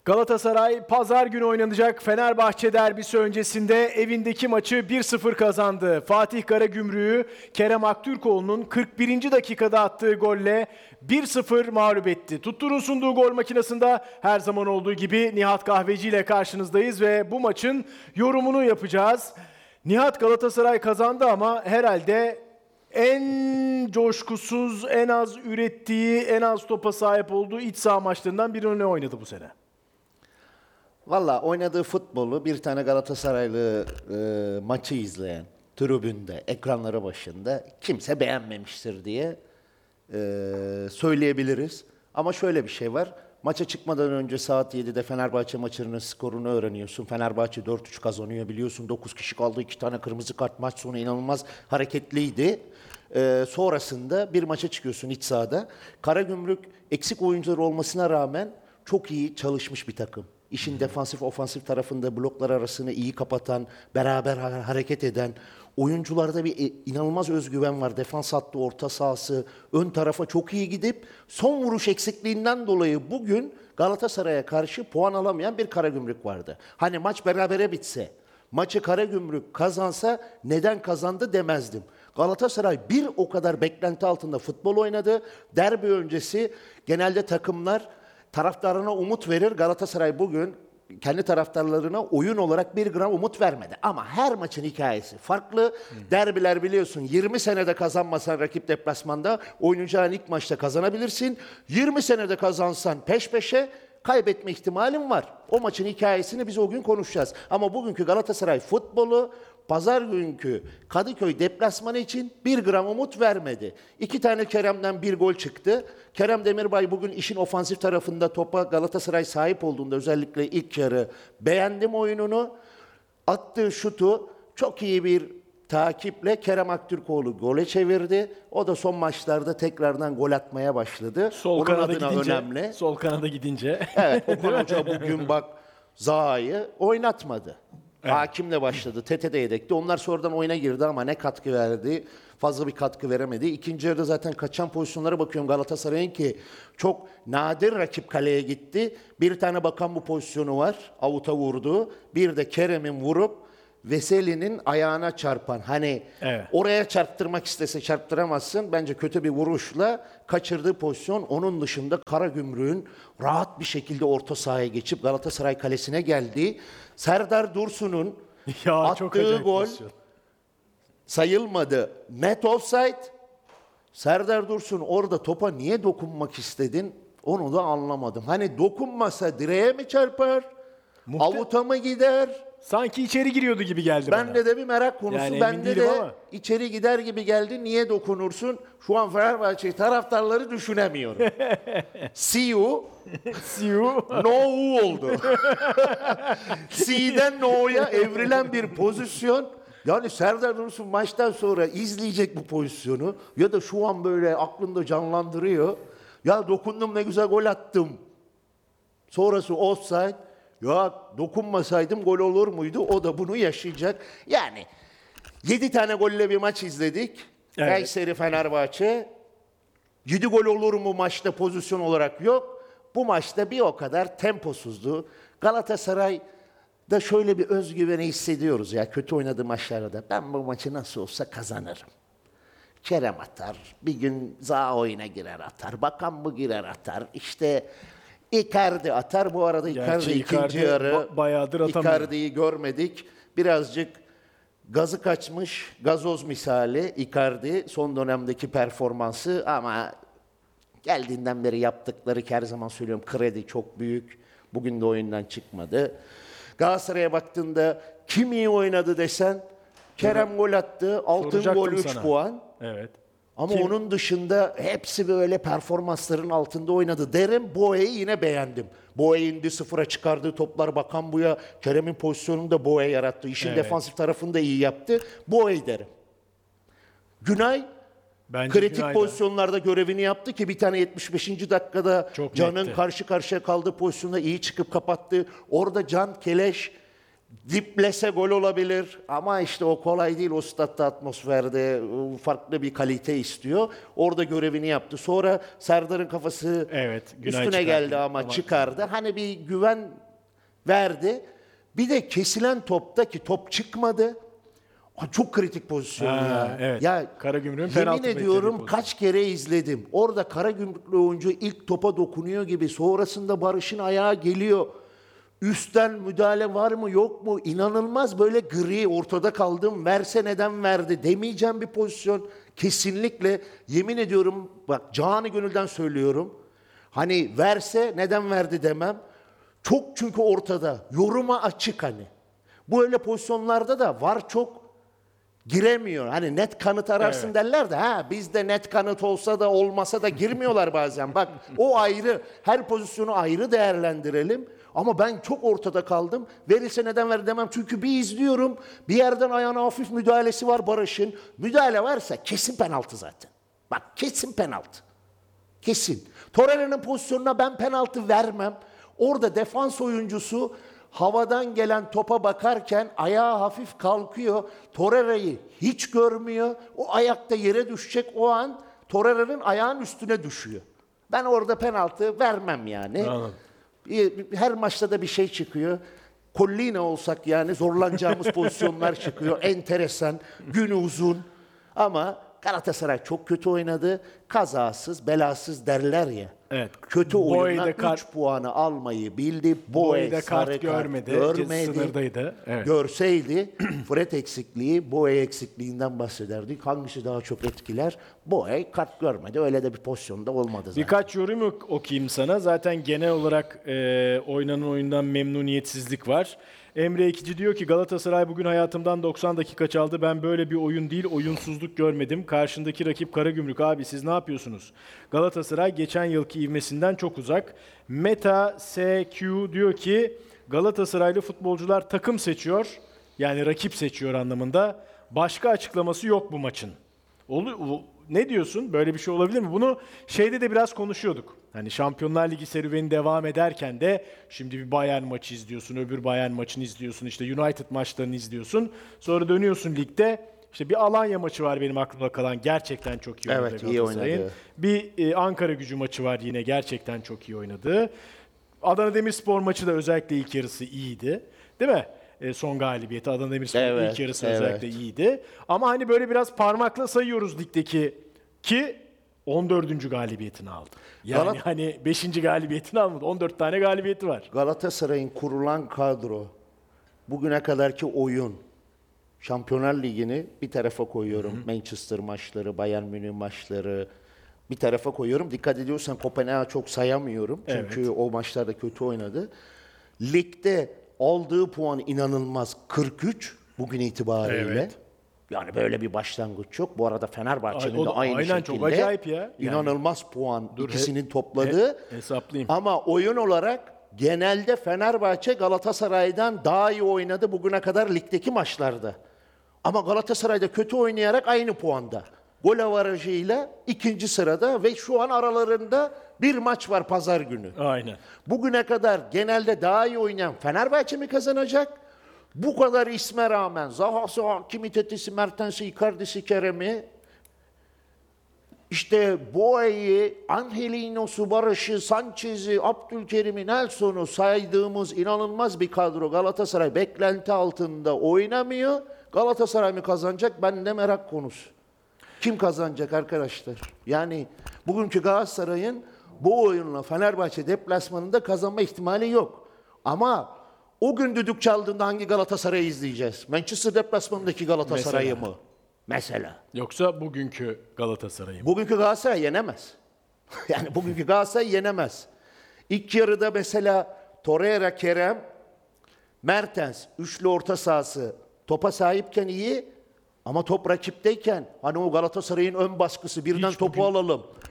Galatasaray pazar günü oynanacak Fenerbahçe derbisi öncesinde evindeki maçı 1-0 kazandı. Fatih Karagümrük'ü Kerem Aktürkoğlu'nun 41. dakikada attığı golle 1-0 mağlup etti. Tuttur'un sunduğu gol makinesinde her zaman olduğu gibi Nihat Kahveci ile karşınızdayız ve bu maçın yorumunu yapacağız. Nihat, Galatasaray kazandı ama herhalde en coşkusuz, en az ürettiği, en az topa sahip olduğu iç saha maçlarından birini oynadı bu sene. Valla oynadığı futbolu bir tane Galatasaraylı maçı izleyen tribünde, ekranları başında kimse beğenmemiştir diye söyleyebiliriz. Ama şöyle bir şey var. Maça çıkmadan önce saat 7'de Fenerbahçe maçının skorunu öğreniyorsun. Fenerbahçe 4-3 kazanıyor biliyorsun. 9 kişi kaldı, 2 tane kırmızı kart, maç sonu inanılmaz hareketliydi. Sonrasında bir maça çıkıyorsun iç sahada. Karagümrük eksik oyuncuları olmasına rağmen çok iyi çalışmış bir takım. İşin defansif, ofansif tarafında bloklar arasını iyi kapatan, beraber hareket eden, oyuncularda bir inanılmaz özgüven var. Defans hattı, orta sahası, ön tarafa çok iyi gidip son vuruş eksikliğinden dolayı bugün Galatasaray'a karşı puan alamayan bir Karagümrük vardı. Hani maç berabere bitse, maçı Karagümrük kazansa neden kazandı demezdim. Galatasaray bir o kadar beklenti altında futbol oynadı. Derbi öncesi genelde takımlar taraftarına umut verir. Galatasaray bugün kendi taraftarlarına oyun olarak bir gram umut vermedi. Ama her maçın hikayesi farklı. Derbiler biliyorsun 20 senede kazanmasan rakip deplasmanda oynayacağın ilk maçta kazanabilirsin. 20 senede kazansan peş peşe kaybetme ihtimalin var. O maçın hikayesini biz o gün konuşacağız. Ama bugünkü Galatasaray futbolu pazar günkü Kadıköy deplasmanı için bir gram umut vermedi. 2 tane Kerem'den bir gol çıktı. Kerem Demirbay bugün işin ofansif tarafında topa Galatasaray sahip olduğunda özellikle ilk yarı beğendim oyununu. Attığı şutu çok iyi bir takiple Kerem Aktürkoğlu gole çevirdi. O da son maçlarda tekrardan gol atmaya başladı. Sol Onun kanada adına gidince, önemli. sol kanada gidince. Evet, Okan Hoca bugün bak Zaha'yı oynatmadı. Evet. Hakimle başladı. Tete'de yedekti. Onlar sonradan oyuna girdi ama ne katkı verdi? Fazla bir katkı veremedi. İkinci yarıda zaten kaçan pozisyonlara bakıyorum Galatasaray'ın ki çok nadir rakip kaleye gitti. Bir tane bakan bu pozisyonu var. Avuta vurdu. Bir de Kerem'in vurup Veseli'nin ayağına çarpan. Hani evet, oraya çarptırmak istese çarptıramazsın. Bence kötü bir vuruşla kaçırdığı pozisyon. Onun dışında Karagümrük'ün rahat bir şekilde orta sahaya geçip Galatasaray kalesine geldi. Serdar Dursun'un attığı gol pozisyon sayılmadı. Net offside. Serdar Dursun orada topa niye dokunmak istedin? Onu da anlamadım. Hani dokunmasa direğe mi çarpar? Avuta mı gider? Sanki içeri giriyordu gibi geldi bana. Bende de bir merak konusu. Yani Bende de ama içeri gider gibi geldi. Niye dokunursun? Şu an Fenerbahçe taraftarları düşünemiyorum. See you. See you. No oldu. C'den no'ya evrilen bir pozisyon. Yani Serdar Dursun maçtan sonra izleyecek bu pozisyonu ya da şu an böyle aklında canlandırıyor. Ya dokundum ne güzel gol attım. Sonrası offside. Ya dokunmasaydım gol olur muydu? O da bunu yaşayacak. Yani 7 tane golle bir maç izledik. Evet. Kayseri Fenerbahçe. 7 gol olur mu maçta pozisyon olarak yok. Bu maçta bir o kadar temposuzdu. Galatasaray'da şöyle bir özgüveni hissediyoruz ya kötü oynadığı maçlarda. Ben bu maçı nasıl olsa kazanırım. Kerem atar, bir gün Zaha oyuna girer atar, Bakan bu girer atar. İşte Icardi atar. Bu arada Icardi ikinci yarı bayağıdır atamıyor. Icardi'yi görmedik. Birazcık gazı kaçmış, gazoz misali Icardi son dönemdeki performansı ama geldiğinden beri yaptıkları ki her zaman söylüyorum kredi çok büyük. Bugün de oyundan çıkmadı. Galatasaray'a baktığında kim iyi oynadı desen Kerem gol attı. Altın gol 3 puan. Evet. Ama onun dışında hepsi böyle performansların altında oynadı. Derim Boey'i yine beğendim. Boey indi sıfıra çıkardığı toplar Bakan Bu'ya. Kerem'in pozisyonunu da Boey yarattı. İşin defansif tarafını da iyi yaptı. Boey derim. Günay bence kritik Günay'da pozisyonlarda görevini yaptı ki bir tane 75. dakikada çok Can'ın netti. karşı karşıya kaldığı pozisyonda iyi çıkıp kapattı. Orada Can Keleş Diplese gol olabilir ama işte o kolay değil, o statta atmosferde farklı bir kalite istiyor. Orada görevini yaptı. Sonra Serdar'ın kafası Evet, Günay üstüne çıkarttı geldi ama ama çıkardı. Hani bir güven verdi. Bir de kesilen topta ki top çıkmadı. Çok kritik pozisyon ya. Evet. Ya Karagümrük'ün penaltı yemin beklediği ediyorum pozisyon. kaç kere izledim. Orada Karagümrüklü oyuncu ilk topa dokunuyor gibi. Sonrasında Barış'ın ayağı geliyor. Üstten müdahale var mı yok mu? İnanılmaz böyle gri ortada kaldım. Verse neden verdi demeyeceğim bir pozisyon. Kesinlikle yemin ediyorum bak canı gönülden söylüyorum. Hani verse neden verdi demem. Çok çünkü ortada. Yoruma açık hani. Bu öyle pozisyonlarda da var çok giremiyor. Hani net kanıt ararsın derler de bizde net kanıt olsa da olmasa da girmiyorlar bazen. Bak o ayrı. Her pozisyonu ayrı değerlendirelim. Ama ben çok ortada kaldım. Verilse neden ver demem. Çünkü bir izliyorum. Bir yerden ayağına hafif müdahalesi var Barış'ın. Müdahale varsa kesin penaltı zaten. Bak kesin penaltı. Kesin. Torreira'nın pozisyonuna ben penaltı vermem. Orada defans oyuncusu havadan gelen topa bakarken ayağı hafif kalkıyor. Torreira'yı hiç görmüyor. O ayakta yere düşecek o an Torreira'nın ayağının üstüne düşüyor. Ben orada penaltı vermem yani. Anladım. Her maçta da bir şey çıkıyor. Collina olsak yani zorlanacağımız pozisyonlar çıkıyor. Enteresan, günü uzun. Ama Galatasaray çok kötü oynadı. Kazasız, belasız derler ya. Evet. Kötü oyundan 3 kart, puanı almayı bildi. Boya'da Boye kart sarı görmedi. görmedi. Sınırdaydı. Evet. Görseydi Fred eksikliği, Boye eksikliğinden bahsederdik. Hangisi daha çok etkiler? Boye kart görmedi. Öyle de bir pozisyonda olmadı zaten. Birkaç yorum okuyayım sana. Zaten genel olarak oynanan oyundan memnuniyetsizlik var. Emre Ekici diyor ki Galatasaray bugün hayatımdan 90 dakika çaldı. Ben böyle bir oyun değil, oyunsuzluk görmedim. Karşındaki rakip Karagümrük. Abi siz ne yapıyorsunuz? Galatasaray geçen yılki ivmesinden çok uzak. Meta SQ diyor ki Galatasaraylı futbolcular takım seçiyor. Yani rakip seçiyor anlamında. Başka açıklaması yok bu maçın. Ne diyorsun? Böyle bir şey olabilir mi? Bunu şeyde de biraz konuşuyorduk. Hani Şampiyonlar Ligi serüveni devam ederken de şimdi bir Bayern maçı izliyorsun, öbür Bayern maçını izliyorsun, işte United maçlarını izliyorsun. Sonra dönüyorsun ligde. İşte bir Alanya maçı var benim aklımda kalan. Gerçekten çok iyi oynadı Evet, iyi Galatasaray'ın. oynadı. Bir Ankara Gücü maçı var yine gerçekten çok iyi oynadı. Adana Demirspor maçı da özellikle ilk yarısı iyiydi. Değil mi? Son galibiyeti Adana Demirspor'un Evet, ilk yarısı evet. özellikle iyiydi. Ama hani böyle biraz parmakla sayıyoruz ligdeki ki 14. galibiyetini aldı. Yani hani 5. galibiyetini almadı. 14 tane galibiyeti var. Galatasaray'ın kurulan kadro, bugüne kadarki oyun, Şampiyonlar Ligi'ni bir tarafa koyuyorum. Manchester maçları, Bayern Münih maçları bir tarafa koyuyorum. Dikkat ediyorsan Kopenhag'ı çok sayamıyorum. Çünkü Evet. o maçlarda kötü oynadı. Ligde aldığı puan inanılmaz 43 bugün itibariyle. Evet. Yani böyle bir başlangıç yok. Bu arada Fenerbahçe'nin O de da aynı aynen şekilde çok acayip ya. Yani. inanılmaz puan ikisinin topladığı. Hesaplayayım. Ama oyun olarak genelde Fenerbahçe Galatasaray'dan daha iyi oynadı bugüne kadar ligdeki maçlarda. Ama Galatasaray'da kötü oynayarak aynı puanda. Gol avarajıyla ikinci sırada ve şu an aralarında bir maç var pazar günü. Aynen. Bugüne kadar genelde daha iyi oynayan Fenerbahçe mi kazanacak? Bu kadar isme rağmen Zaha'sı, Hakimi, Tetesi, Mertens'i, Icardi'si, Kerem'i, işte Boey'i, Angelino'su, Barış'ı, Sanchez'i, Abdülkerim'i, Nelson'u saydığımız inanılmaz bir kadro. Galatasaray beklenti altında oynamıyor. Galatasaray mı kazanacak? Ben de merak konusu. Kim kazanacak arkadaşlar? Yani bugünkü Galatasaray'ın bu oyunla Fenerbahçe deplasmanında kazanma ihtimali yok. Ama o gün düdük çaldığında hangi Galatasaray'ı izleyeceğiz? Manchester deplasmanındaki Galatasaray'ı mı? Mesela. Yoksa bugünkü Galatasaray'ı mı? Bugünkü Galatasaray yenemez. Yani bugünkü Galatasaray yenemez. İlk yarıda mesela Torreira, Kerem, Mertens, üçlü orta sahası topa sahipken iyi. Ama top rakipteyken hani o Galatasaray'ın ön baskısı birden Hiç topu bugün- alalım.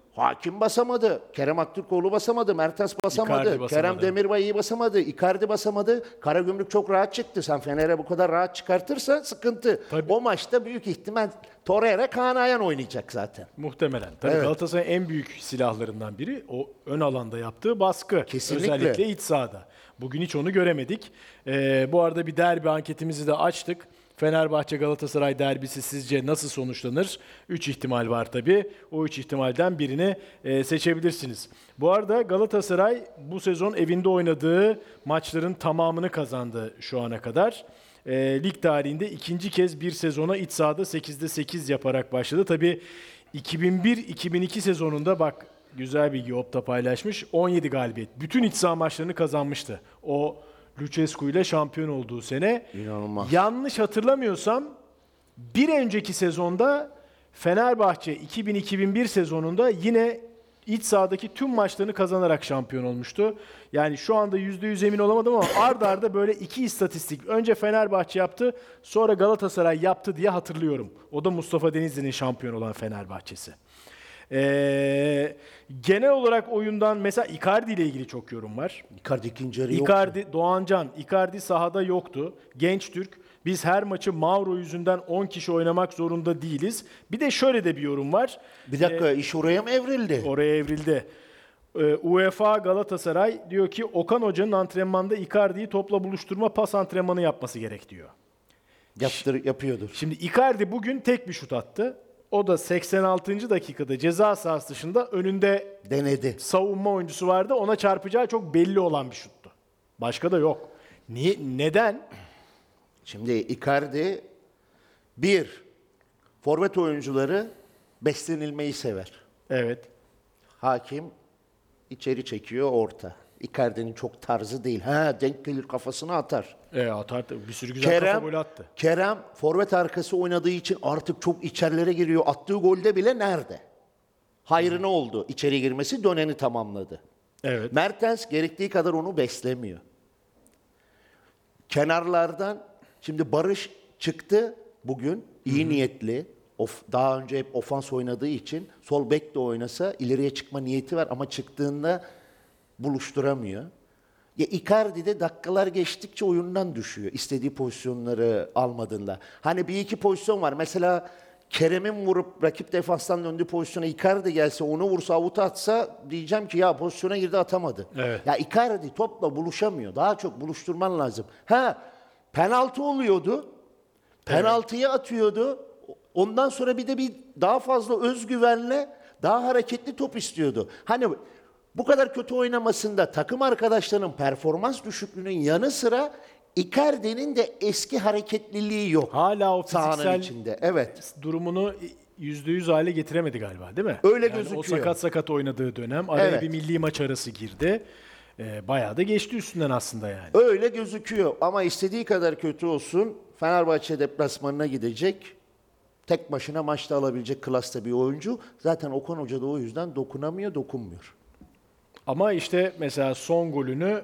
Hakim basamadı. Kerem Aktürkoğlu basamadı. Mertens basamadı. Icardi basamadı. Kerem Demirbay'ı basamadı. Icardi basamadı. Karagümrük çok rahat çıktı. Sen Fener'e bu kadar rahat çıkartırsan sıkıntı. Tabii. O maçta büyük ihtimal Torreira, Kaan Ayhan oynayacak zaten. Muhtemelen. Tabii Evet. Galatasaray'ın en büyük silahlarından biri o ön alanda yaptığı baskı. Kesinlikle. Özellikle iç sahada. Bugün hiç onu göremedik. Bu arada bir derbi anketimizi de açtık. Fenerbahçe-Galatasaray derbisi sizce nasıl sonuçlanır? 3 ihtimal var tabii. O 3 ihtimalden birini seçebilirsiniz. Bu arada Galatasaray bu sezon evinde oynadığı maçların tamamını kazandı şu ana kadar. Lig tarihinde ikinci kez bir sezona iç sahada 8'de 8 yaparak başladı. Tabii 2001-2002 sezonunda bak güzel bilgi Opta paylaşmış. 17 galibiyet. Bütün iç saha maçlarını kazanmıştı. O Lucescu ile şampiyon olduğu sene. İnanılmaz. Yanlış hatırlamıyorsam bir önceki sezonda Fenerbahçe 2000-2001 sezonunda yine iç sahadaki tüm maçlarını kazanarak şampiyon olmuştu. Yani şu anda %100 emin olamadım ama ard arda böyle iki istatistik. Önce Fenerbahçe yaptı, sonra Galatasaray yaptı diye hatırlıyorum. O da Mustafa Denizli'nin şampiyon olan Fenerbahçesi. Genel olarak oyundan mesela Icardi ile ilgili çok yorum var. Icardi ikinci yarı yok. Icardi, Doğancan, Icardi sahada yoktu. Genç Türk. Biz her maçı Mauro yüzünden 10 kişi oynamak zorunda değiliz. Bir de şöyle de bir yorum var. Bir dakika iş oraya mı evrildi? Oraya evrildi. UEFA Galatasaray diyor ki Okan Hoca'nın antrenmanda Icardi'yi topla buluşturma pas antrenmanı yapması gerek diyor. Yapıyordur. Şimdi Icardi bugün tek bir şut attı. O da 86. dakikada ceza sahası dışında önünde Denedi. savunma oyuncusu vardı. Ona çarpacağı çok belli olan bir şuttu. Başka da yok. Niye? Neden? Şimdi Icardi forvet oyuncuları beslenilmeyi sever. Evet. Hakim içeri çekiyor orta. Icardi'nin çok tarzı değil. Denk gelir kafasına atar. Atar. Bir sürü güzel kafa golü attı. Kerem forvet arkası oynadığı için artık çok içerilere giriyor. Attığı golde bile nerede? Hayrına oldu. İçeri girmesi döneni tamamladı. Evet. Mertens gerektiği kadar onu beslemiyor. Kenarlardan şimdi Barış çıktı bugün. İyi niyetli. Daha önce hep ofans oynadığı için sol bek de oynasa ileriye çıkma niyeti var ama çıktığında buluşturamıyor. Ya Icardi de dakikalar geçtikçe oyundan düşüyor. İstediği pozisyonları almadığında. Hani bir iki pozisyon var. Mesela Kerem'in vurup rakip defanstan döndüğü pozisyona Icardi gelse onu vursa avuta atsa diyeceğim ki ya pozisyona girdi atamadı. Evet. Ya Icardi topla buluşamıyor. Daha çok buluşturman lazım. Penaltı oluyordu. Penaltıyı atıyordu. Ondan sonra bir de daha fazla özgüvenle daha hareketli top istiyordu. Hani bu kadar kötü oynamasında takım arkadaşlarının performans düşüklüğünün yanı sıra Icardi'nin de eski hareketliliği yok. Hala o Sahanın fiziksel içinde. Evet. durumunu %100 hale getiremedi galiba değil mi? Öyle Yani gözüküyor. O sakat oynadığı dönem. Araya Evet. bir milli maç arası girdi. Bayağı da geçti üstünden aslında yani. Öyle gözüküyor ama istediği kadar kötü olsun Fenerbahçe deplasmanına gidecek. Tek başına maçta alabilecek klasta bir oyuncu. Zaten Okan Hoca da o yüzden dokunmuyor. Ama işte mesela son golünü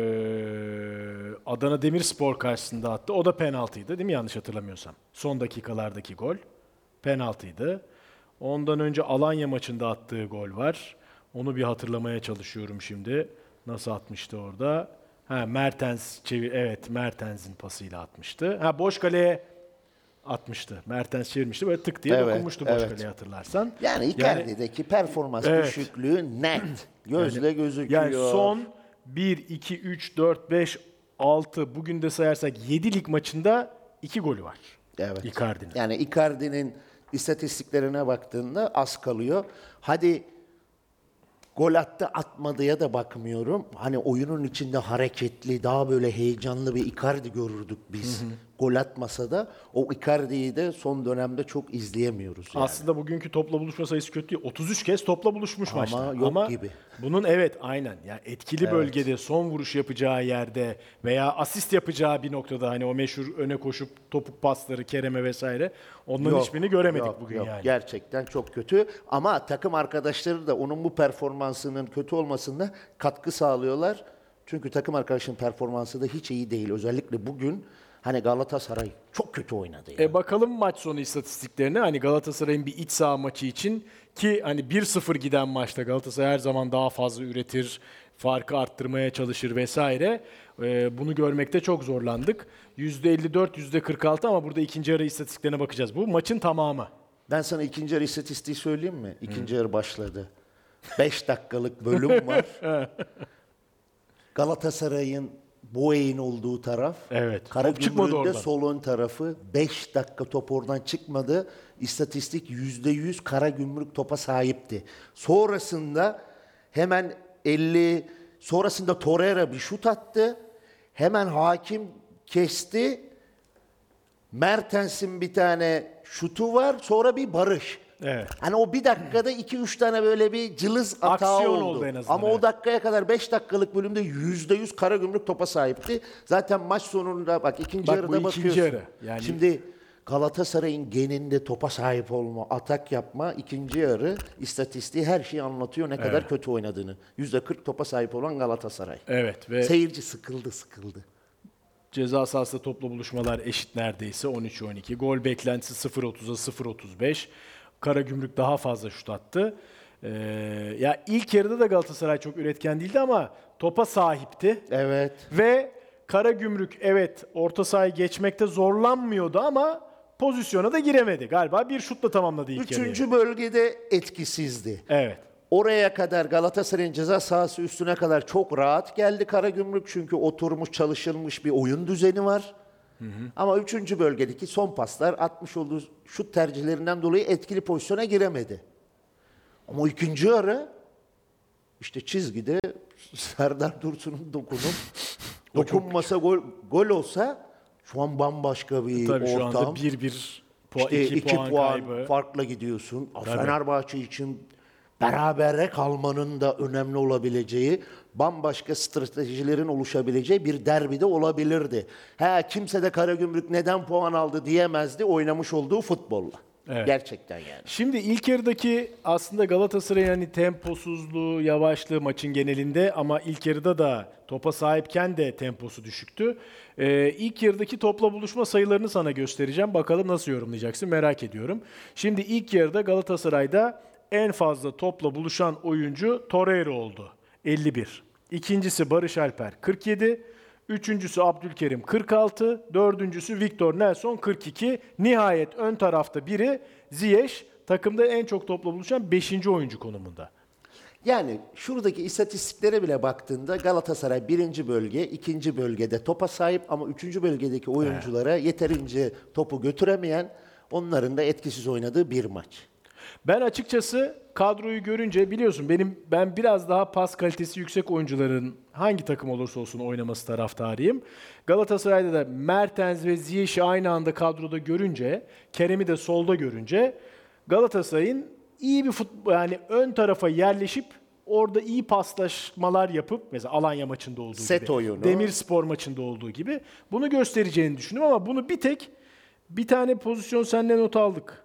Adana Demirspor karşısında attı. O da penaltıydı değil mi yanlış hatırlamıyorsam? Son dakikalardaki gol penaltıydı. Ondan önce Alanya maçında attığı gol var. Onu bir hatırlamaya çalışıyorum şimdi. Nasıl atmıştı orada? Mertens evet Mertens'in pasıyla atmıştı. Boş kaleye atmıştı. Mertens çevirmişti. Böyle tık diye dokunmuştu boş kaleye hatırlarsan. Yani Icardi'deki performans düşüklüğü net. Gözle gözüküyor. Yani son 1, 2, 3, 4, 5, 6 bugün de sayarsak 7 lig maçında 2 golü var. Evet. Icardi'nin. Yani Icardi'nin istatistiklerine baktığında az kalıyor. Hadi gol attı atmadıya da bakmıyorum. Hani oyunun içinde hareketli, daha böyle heyecanlı bir Icardi görürdük biz. Gol atmasa da o Icardi'yi de son dönemde çok izleyemiyoruz. Yani. Aslında bugünkü topla buluşma sayısı kötü değil. 33 kez topla buluşmuş maçta. yok gibi. Bunun aynen. Yani etkili bölgede son vuruş yapacağı yerde veya asist yapacağı bir noktada hani o meşhur öne koşup topuk pasları Kerem'e vesaire onların hiçbirini göremedik bugün yani. Gerçekten çok kötü ama takım arkadaşları da onun bu performansının kötü olmasında katkı sağlıyorlar. Çünkü takım arkadaşının performansı da hiç iyi değil. Özellikle bugün Hani Galatasaray çok kötü oynadı ya. Bakalım maç sonu istatistiklerine. Hani Galatasaray'ın bir iç saha maçı için ki hani 1-0 giden maçta Galatasaray her zaman daha fazla üretir, farkı arttırmaya çalışır vesaire. Bunu görmekte çok zorlandık. %54, %46 ama burada ikinci yarı istatistiklerine bakacağız. Bu maçın tamamı. Ben sana ikinci yarı istatistiği söyleyeyim mi? İkinci yarı başladı. 5 dakikalık bölüm var. Galatasaray'ın Boey'in olduğu taraf. Evet, top çıkmadı Karagümrük'ün de oradan. sol ön tarafı. 5 dakika top oradan çıkmadı. İstatistik %100 Karagümrük topa sahipti. Sonrasında hemen sonrasında Torreira bir şut attı. Hemen hakim kesti. Mertens'in bir tane şutu var. Sonra bir Barış. Evet. Hani o bir dakikada 2-3 tane böyle bir cılız hata Aksiyon oldu. oldu en azından, Ama evet. o dakikaya kadar 5 dakikalık bölümde %100 Karagümrük topa sahipti. Zaten maç sonunda bak ikinci Bak, yarıda bu ikinci bakıyorsun. yarı. Yani- Şimdi Galatasaray'ın geninde topa sahip olma, atak yapma ikinci yarı istatistiği her şeyi anlatıyor ne kadar kötü oynadığını. %40 topa sahip olan Galatasaray. Evet ve Seyirci sıkıldı. ceza sahasında toplu buluşmalar eşit neredeyse 13-12. Gol beklentisi 0.30'a 0.35. Karagümrük daha fazla şut attı. Ya ilk yarıda da Galatasaray çok üretken değildi ama topa sahipti. Evet. Ve Karagümrük evet orta sahayı geçmekte zorlanmıyordu ama pozisyona da giremedi. Galiba bir şutla tamamladı ilk yarıyı. Üçüncü bölgede etkisizdi. Evet. Oraya kadar Galatasaray'ın ceza sahası üstüne kadar çok rahat geldi Karagümrük. Çünkü oturmuş çalışılmış bir oyun düzeni var. Ama üçüncü bölgedeki son paslar atmış olduğu şut tercihlerinden dolayı etkili pozisyona giremedi. Ama ikinci yarı işte çizgide Serdar Dursun'un dokunmasa gol olsa şu an bambaşka bir Tabii şu ortam. anda 1-1 İşte 2 2 puan puan kaybı. farkla gidiyorsun. Fenerbahçe için berabere kalmanın da önemli olabileceği, bambaşka stratejilerin oluşabileceği bir derbide olabilirdi. Kimse de Karagümrük neden puan aldı diyemezdi oynamış olduğu futbolla. Evet. Gerçekten yani. Şimdi ilk yarıdaki aslında Galatasaray'ın hani temposuzluğu, yavaşlığı maçın genelinde ama ilk yarıda da topa sahipken de temposu düşüktü. İlk yarıdaki topla buluşma sayılarını sana göstereceğim. Bakalım nasıl yorumlayacaksın merak ediyorum. Şimdi ilk yarıda Galatasaray'da en fazla topla buluşan oyuncu Torreira oldu. 51. İkincisi Barış Alper 47. Üçüncüsü Abdülkerim 46, dördüncüsü Victor Nelson 42. Nihayet ön tarafta biri Ziyech, takımda en çok topla buluşan 5. oyuncu konumunda. Yani şuradaki istatistiklere bile baktığında Galatasaray birinci bölge, ikinci bölgede topa sahip ama üçüncü bölgedeki oyunculara yeterince topu götüremeyen, onların da etkisiz oynadığı bir maç. Ben açıkçası kadroyu görünce biliyorsun ben biraz daha pas kalitesi yüksek oyuncuların hangi takım olursa olsun oynaması taraftarıyım. Galatasaray'da da Mertens ve Ziyech'i aynı anda kadroda görünce, Kerem'i de solda görünce Galatasaray'ın iyi bir futbol yani ön tarafa yerleşip orada iyi paslaşmalar yapıp mesela Alanya maçında olduğu Set gibi, oyunu. Demirspor maçında olduğu gibi bunu göstereceğini düşündüm ama bunu bir tane pozisyon senden not aldık.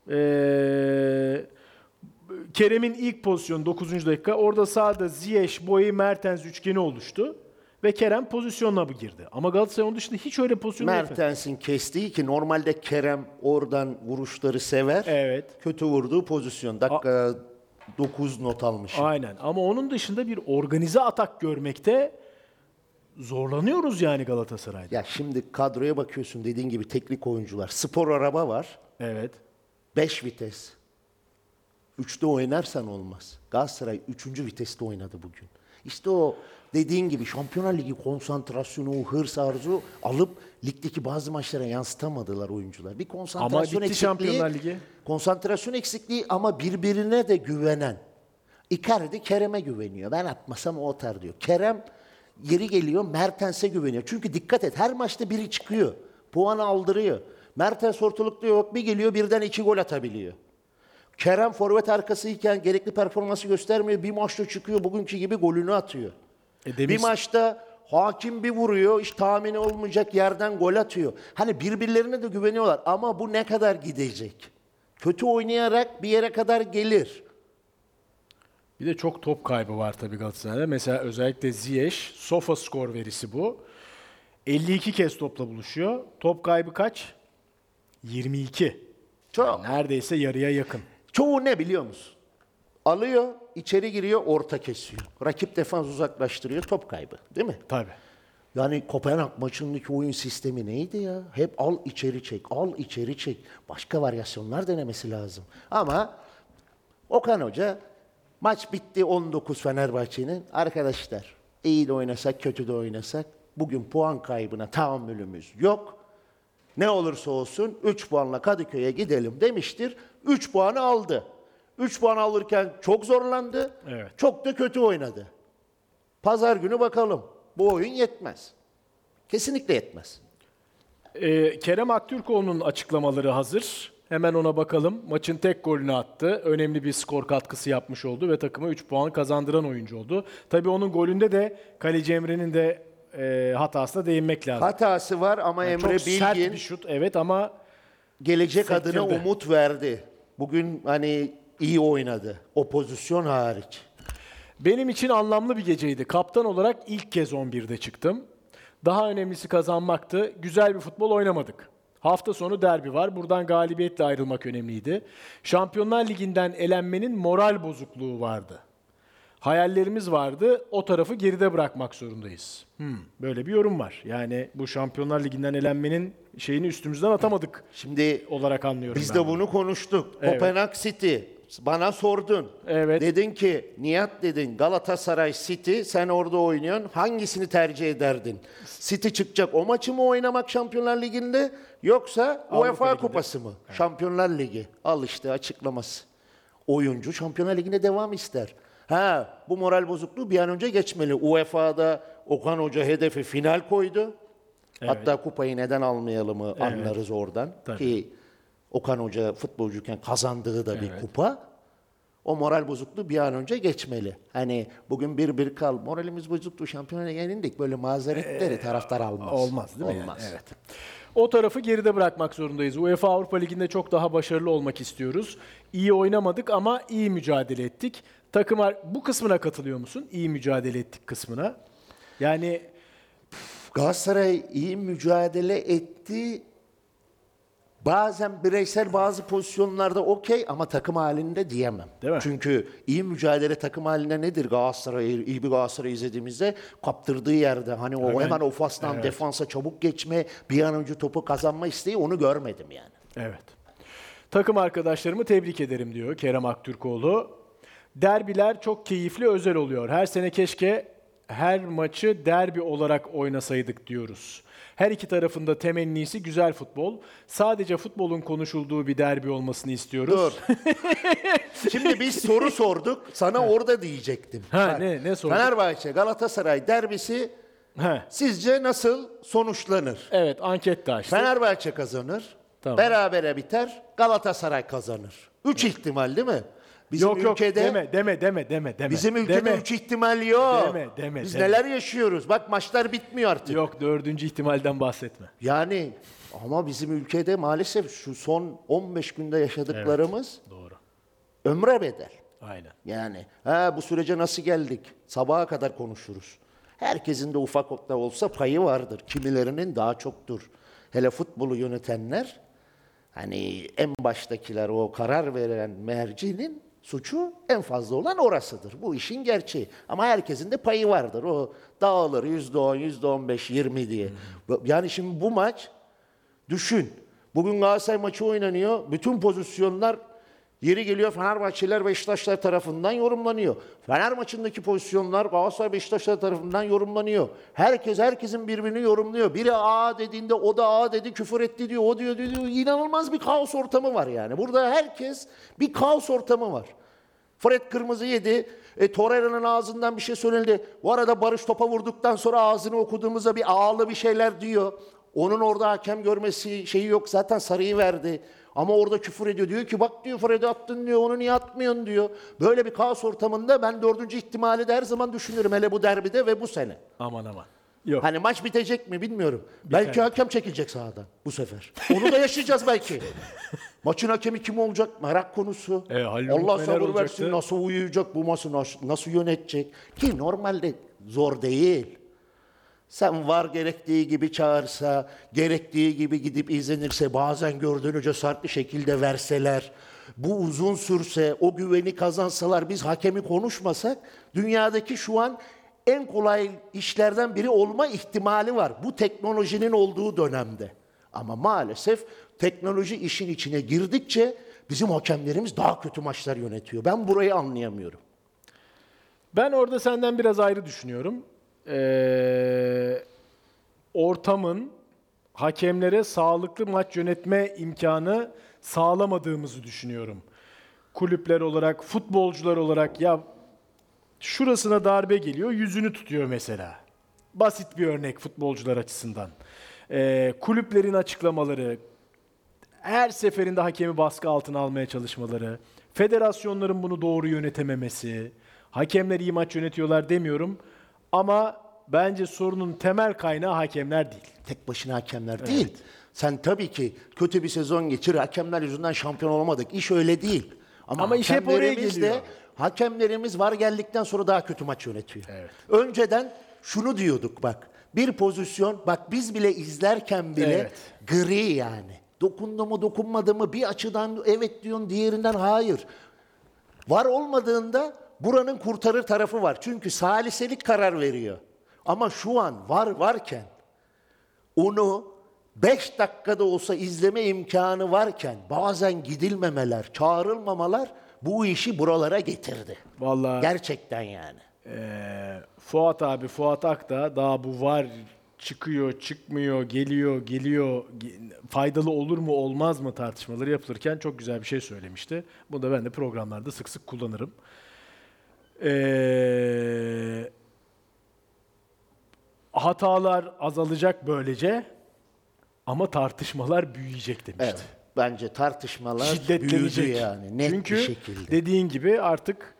Kerem'in ilk pozisyonu 9. dakika. Orada sağda Ziyech, Boye, Mertens üçgeni oluştu. Ve Kerem pozisyonla mı girdi? Ama Galatasaray onun dışında hiç öyle pozisyon yok. Mertens'in kestiği ki normalde Kerem oradan vuruşları sever. Evet. Kötü vurduğu pozisyon. Dakika 9 not almış. Aynen. Ama onun dışında bir organize atak görmekte zorlanıyoruz yani Galatasaray'da. Ya şimdi kadroya bakıyorsun dediğin gibi teknik oyuncular. Spor araba var. Evet. 5 vites. 3'te oynarsan olmaz. Galatasaray 3. viteste oynadı bugün. İşte o dediğin gibi Şampiyonlar Ligi konsantrasyonu, o hırs arzu alıp ligdeki bazı maçlara yansıtamadılar oyuncular. Bir konsantrasyon Ama bitti Şampiyonlar Ligi. Konsantrasyon eksikliği ama birbirine de güvenen. Icardi Kerem'e güveniyor. Ben atmasam o atar diyor. Kerem yeri geliyor Mertens'e güveniyor. Çünkü dikkat et her maçta biri çıkıyor. Puanı aldırıyor. Mertens ortalıkta yok bir geliyor birden 2 gol atabiliyor. Kerem forvet arkasıyken gerekli performansı göstermiyor. Bir maçta çıkıyor bugünkü gibi golünü atıyor. Bir maçta hakim bir vuruyor. Hiç tahmini olmayacak yerden gol atıyor. Hani birbirlerine de güveniyorlar. Ama bu ne kadar gidecek? Kötü oynayarak bir yere kadar gelir. Bir de çok top kaybı var tabii Galatasaray'da. Mesela özellikle Ziyech, Sofa skor verisi bu. 52 kez topla buluşuyor. Top kaybı kaç? 22. Çok. Neredeyse yarıya yakın. Çoğu ne biliyor musun? Alıyor, içeri giriyor, orta kesiyor. Rakip defans uzaklaştırıyor, top kaybı. Değil mi? Tabii. Yani Kopenhag maçındaki oyun sistemi neydi ya? Hep al içeri çek, al içeri çek. Başka varyasyonlar denemesi lazım. Ama Okan Hoca maç bitti 19 Fenerbahçe'nin. Arkadaşlar iyi de oynasak kötü de oynasak bugün puan kaybına tahammülümüz yok. Ne olursa olsun 3 puanla Kadıköy'e gidelim demiştir. 3 puanı aldı. 3 puan alırken çok zorlandı. Evet. Çok da kötü oynadı. Pazar günü bakalım. Bu oyun yetmez. Kesinlikle yetmez. Kerem Aktürkoğlu'nun açıklamaları hazır. Hemen ona bakalım. Maçın tek golünü attı. Önemli bir skor katkısı yapmış oldu ve takıma 3 puan kazandıran oyuncu oldu. Tabii onun golünde de kaleci Emre'nin de hatasına değinmek lazım. Hatası var ama Yani Emre çok sert Bilgin bir şut, evet, ama gelecek sektirdi. adına umut verdi. Bugün hani iyi oynadı. O pozisyon hariç. benim için anlamlı bir geceydi. Kaptan olarak ilk kez 11'de çıktım. Daha önemlisi kazanmaktı. Güzel bir futbol oynamadık. Hafta sonu derbi var. Buradan galibiyetle ayrılmak önemliydi. Şampiyonlar Ligi'nden elenmenin moral bozukluğu vardı. Hayallerimiz vardı. O tarafı geride bırakmak zorundayız. Böyle bir yorum var. Yani bu Şampiyonlar Ligi'nden elenmenin şeyini üstümüzden atamadık Şimdi olarak anlıyorum biz ben de bunu konuştuk. Evet. Kopenhag City. Bana sordun. Evet. Dedin ki Nihat dedin Galatasaray City sen orada oynuyorsun. Hangisini tercih ederdin? City çıkacak o maçı mı oynamak Şampiyonlar Ligi'nde yoksa UEFA Ligi'nde. Kupası mı? Şampiyonlar Ligi. Al işte açıklaması. Oyuncu Şampiyonlar Ligi'nde devam ister. Ha bu moral bozukluğu bir an önce geçmeli. UEFA'da Okan Hoca hedefi final koydu. Evet. Hatta kupayı neden almayalımı anlarız oradan. Tabii. Ki Okan Hoca futbolcuyken kazandığı da bir kupa. O moral bozukluğu bir an önce geçmeli. Hani bugün 1-1 kal, moralimiz bozuktu, şampiyona yenildik. Böyle mazeretleri taraftar almaz. Olmaz değil mi? Olmaz. Yani? Evet. O tarafı geride bırakmak zorundayız. UEFA Avrupa Ligi'nde çok daha başarılı olmak istiyoruz. İyi oynamadık ama iyi mücadele ettik. Bu kısmına katılıyor musun? İyi mücadele ettik kısmına. Yani Galatasaray iyi mücadele etti. Bazen bireysel bazı pozisyonlarda okey ama takım halinde diyemem. Değil mi? Çünkü iyi mücadele takım halinde nedir Galatasaray, iyi bir Galatasaray izlediğimizde kaptırdığı yerde hani o hemen ofastan defansa çabuk geçme, bir an önce topu kazanma isteği onu görmedim yani. evet. Takım arkadaşlarımı tebrik ederim diyor Kerem Aktürkoğlu. Derbiler çok keyifli, özel oluyor. Her sene keşke her maçı derbi olarak oynasaydık diyoruz. Her iki tarafında temennisi güzel futbol. Sadece futbolun konuşulduğu bir derbi olmasını istiyoruz. Dur. Şimdi biz soru sorduk. Sana orada diyecektim. Ha, Bak, ne sorduk? Fenerbahçe Galatasaray derbisi He. sizce nasıl sonuçlanır? Evet, anket de açtık. Fenerbahçe kazanır. Tamam. Berabere biter. Galatasaray kazanır. 3 ihtimal değil mi? Bizim Yok ülkede deme. bizim ülkede Deme. 3 ihtimal yok. Deme, Biz deme. neler yaşıyoruz? Bak maçlar bitmiyor artık. Yok, dördüncü ihtimalden bahsetme. Yani ama bizim ülkede maalesef şu son 15 günde yaşadıklarımız Doğru. ömre bedel. Aynen. Yani bu sürece nasıl geldik? Sabaha kadar konuşuruz. Herkesin de ufak da olsa payı vardır. Kimilerinin daha çoktur. Hele futbolu yönetenler, hani en baştakiler o karar veren mercinin suçu en fazla olan orasıdır. Bu işin gerçeği. Ama herkesin de payı vardır. O dağılır %10, %15, 20 diye. Yani şimdi bu maç düşün. Bugün Galatasaray maçı oynanıyor. Bütün pozisyonlar yeri geliyor Fenerbahçeliler Beşiktaşlar tarafından yorumlanıyor. Fener maçındaki pozisyonlar Galatasaray Beşiktaşlar tarafından yorumlanıyor. Herkesin birbirini yorumluyor. Biri A dediğinde o da A dedi, küfür etti diyor, o diyor. İnanılmaz bir kaos ortamı var yani. Burada herkes bir kaos ortamı var. Fred kırmızı yedi. Torreira'nın ağzından bir şey söylenildi. Bu arada Barış topa vurduktan sonra ağzını okuduğumuzda bir ağlı bir şeyler diyor. Onun orada hakem görmesi şeyi yok. Zaten sarıyı verdi. Ama orada küfür ediyor. Diyor ki bak diyor Fred'i attın diyor. Onu niye atmıyorsun diyor. Böyle bir kaos ortamında ben dördüncü ihtimali de her zaman düşünürüm. Hele bu derbide ve bu sene. Aman. Yok. Hani maç bitecek mi bilmiyorum. Belki hakem çekilecek sahadan bu sefer. Onu da yaşayacağız belki. Maçın hakemi kim olacak? Merak konusu. Halil Allah Umut Meler sabır olacaktı. versin. Nasıl uyuyacak bu maçı nasıl yönetecek? Ki normalde zor değil. Sen var gerektiği gibi çağırsa, gerektiği gibi gidip izlenirse, bazen gördüğün cesaretli şekilde verseler, bu uzun sürse, o güveni kazansalar, biz hakemi konuşmasak, dünyadaki şu an en kolay işlerden biri olma ihtimali var. Bu teknolojinin olduğu dönemde. Ama maalesef teknoloji işin içine girdikçe bizim hakemlerimiz daha kötü maçlar yönetiyor. Ben burayı anlayamıyorum. Ben orada senden biraz ayrı düşünüyorum. Ortamın hakemlere sağlıklı maç yönetme imkanı sağlamadığımızı düşünüyorum. Kulüpler olarak, futbolcular olarak ya şurasına darbe geliyor, yüzünü tutuyor mesela. Basit bir örnek futbolcular açısından. Kulüplerin açıklamaları, her seferinde hakemi baskı altına almaya çalışmaları, federasyonların bunu doğru yönetememesi, hakemler iyi maç yönetiyorlar demiyorum ama bence sorunun temel kaynağı hakemler değil. Tek başına hakemler değil. Sen tabii ki kötü bir sezon geçir, hakemler yüzünden şampiyon olamadık. İş öyle değil. Ama iş hep oraya hakemlerimiz geliyor. Hakemlerimiz var geldikten sonra daha kötü maç yönetiyor. Evet. Önceden şunu diyorduk bak. Bir pozisyon, bak biz bile izlerken bile Evet. gri yani. Dokundu mu dokunmadı mı bir açıdan evet diyorsun, diğerinden hayır. Var olmadığında buranın kurtarır tarafı var. Çünkü saliselik karar veriyor. Ama şu an varken onu 5 dakikada olsa izleme imkanı varken bazen gidilmemeler, çağrılmamalar bu işi buralara getirdi. Vallahi Gerçekten yani. Fuat Ak da daha bu var çıkıyor, çıkmıyor, geliyor, faydalı olur mu olmaz mı tartışmaları yapılırken çok güzel bir şey söylemişti. Bunu da ben de programlarda sık sık kullanırım. Hatalar azalacak böylece ama tartışmalar büyüyecek demişti. Evet. Bence tartışmalar Şiddetlenecek. büyüdü yani net Çünkü bir şekilde. dediğin gibi artık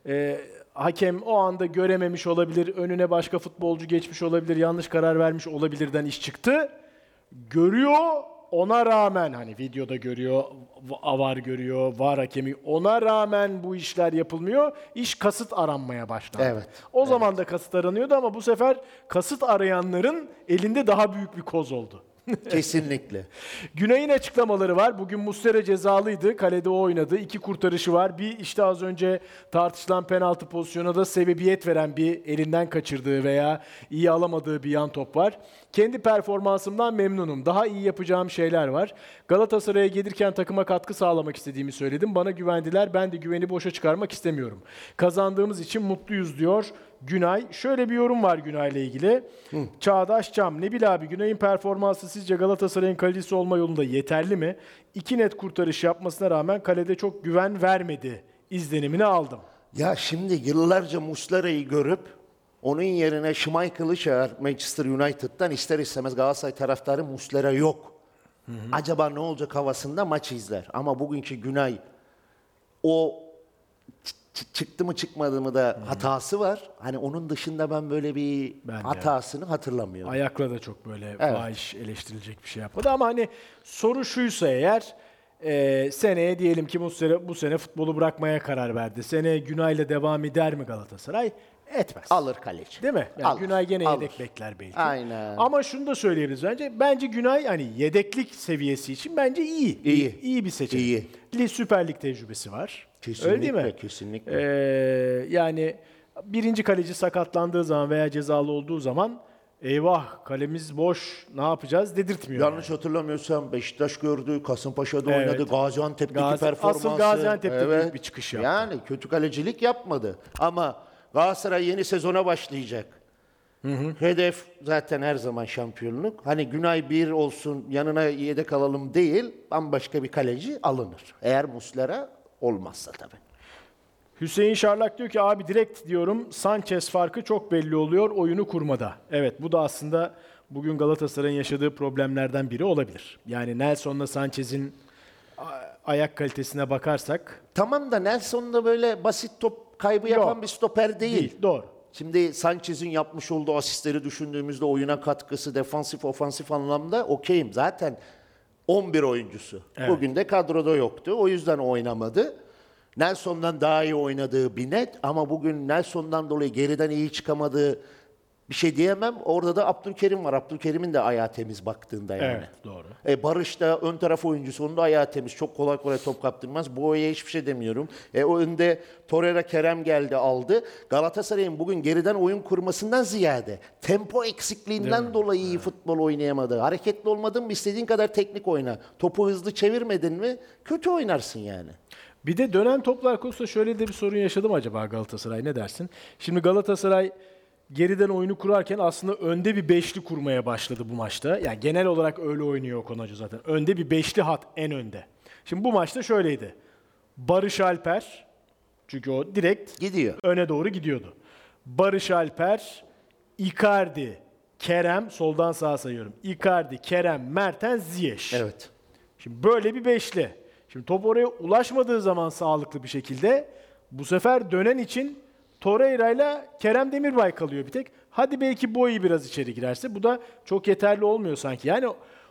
hakem o anda görememiş olabilir, önüne başka futbolcu geçmiş olabilir, yanlış karar vermiş olabilirden iş çıktı. Görüyor, ona rağmen hani videoda görüyor, VAR görüyor, VAR hakemi, ona rağmen bu işler yapılmıyor. İş kasıt aranmaya başlandı. Evet, O zaman da kasıt aranıyordu ama bu sefer kasıt arayanların elinde daha büyük bir koz oldu. Kesinlikle. Günay'ın açıklamaları var. Bugün Muslera cezalıydı. Kalede o oynadı. 2 kurtarışı var. Bir işte az önce tartışılan penaltı pozisyona da sebebiyet veren bir elinden kaçırdığı veya iyi alamadığı bir yan top var. Kendi performansımdan memnunum. Daha iyi yapacağım şeyler var. Galatasaray'a gelirken takıma katkı sağlamak istediğimi söyledim. Bana güvendiler. Ben de güveni boşa çıkarmak istemiyorum. Kazandığımız için mutluyuz diyor Günay. Şöyle bir yorum var Günay'la ilgili. Çağdaş Çam. Nebil abi, Günay'ın performansı sizce Galatasaray'ın kalecisi olma yolunda yeterli mi? 2 net kurtarış yapmasına rağmen kalede çok güven vermedi izlenimini aldım. Ya şimdi yıllarca Muslera'yı görüp onun yerine Schmeichel'ı çağır Manchester United'dan, ister istemez Galatasaray taraftarı Muslera yok. Acaba ne olacak havasında maç izler. Ama bugünkü Günay o çıktı mı çıkmadı mı da hatası var. Hani onun dışında ben böyle bir Ben de. hatasını hatırlamıyorum. Ayakla da çok böyle fahiş eleştirilecek bir şey yapmadı ama hani soru şuysa eğer seneye diyelim ki Muslera bu sene futbolu bırakmaya karar verdi. Seneye Günay'la devam eder mi Galatasaray? Etmez. Alır kaleci. Değil mi? Yani Alır, Günay gene alır. yedek bekler belki. Aynen. Ama şunu da söyleyebiliriz bence. Bence Günay hani yedeklik seviyesi için bence iyi. İyi. İyi bir seçenek. İyi. Süper Lig tecrübesi var. Kesinlikle, Öyle değil mi? kesinlikle. Yani birinci kaleci sakatlandığı zaman veya cezalı olduğu zaman eyvah kalemiz boş ne yapacağız dedirtmiyor. Yanlış hatırlamıyorsam Beşiktaş gördü, Kasımpaşa'da Evet. oynadı, Gaziantep'teki Asıl performansı. Gaziantep'te büyük bir çıkış yaptı. Yani kötü kalecilik yapmadı. Ama Galatasaray yeni sezona başlayacak. Hedef zaten her zaman şampiyonluk. Hani Günay bir olsun yanına yedek alalım değil, bambaşka bir kaleci alınır. Eğer Muslera olmazsa tabii. Hüseyin Şarlak diyor ki abi direkt diyorum Sanchez farkı çok belli oluyor oyunu kurmada. Evet bu da aslında bugün Galatasaray'ın yaşadığı problemlerden biri olabilir. Yani Nelson'la Sanchez'in ayak kalitesine bakarsak Tamam da Nelson da böyle basit top kaybı yapan Yok. bir stoper değil. değil. Doğru. Şimdi Sanchez'in yapmış olduğu asistleri düşündüğümüzde oyuna katkısı defansif ofansif anlamda okeyim. Zaten 11 oyuncusu. Evet. Bugün de kadroda yoktu. O yüzden oynamadı. Nelson'dan daha iyi oynadığı bir net ama bugün Nelson'dan dolayı geriden iyi çıkamadığı Bir şey diyemem. Orada da Abdülkerim var. Abdülkerim'in de ayağı temiz baktığında yani. Evet, doğru. Barış da ön taraf oyuncusu. Onun da ayağı temiz. Çok kolay kolay top kaptırmaz. Boya'ya hiçbir şey demiyorum. O önde Torreira, Kerem geldi aldı. Galatasaray'ın bugün geriden oyun kurmasından ziyade tempo eksikliğinden dolayı iyi futbol oynayamadı. Hareketli olmadın mı istediğin kadar teknik oyna. Topu hızlı çevirmedin mi kötü oynarsın yani. Bir de dönen toplar konusunda şöyle de bir sorun yaşadı mı acaba Galatasaray, ne dersin? Şimdi Galatasaray geriden oyunu kurarken aslında önde bir beşli kurmaya başladı bu maçta. Yani genel olarak öyle oynuyor Okan Hoca zaten. Önde bir beşli hat, en önde. Şimdi bu maçta şöyleydi. Barış Alper, çünkü o direkt Gidiyor. öne doğru gidiyordu. Barış Alper, Icardi, Kerem, soldan sağa sayıyorum. Icardi, Kerem, Mertens, Ziyech. Evet. Şimdi böyle bir beşli. Şimdi top oraya ulaşmadığı zaman sağlıklı bir şekilde bu sefer dönen için Torreira ile Kerem Demirbay kalıyor bir tek. Hadi belki Boyi biraz içeri girerse. Bu da çok yeterli olmuyor sanki. Yani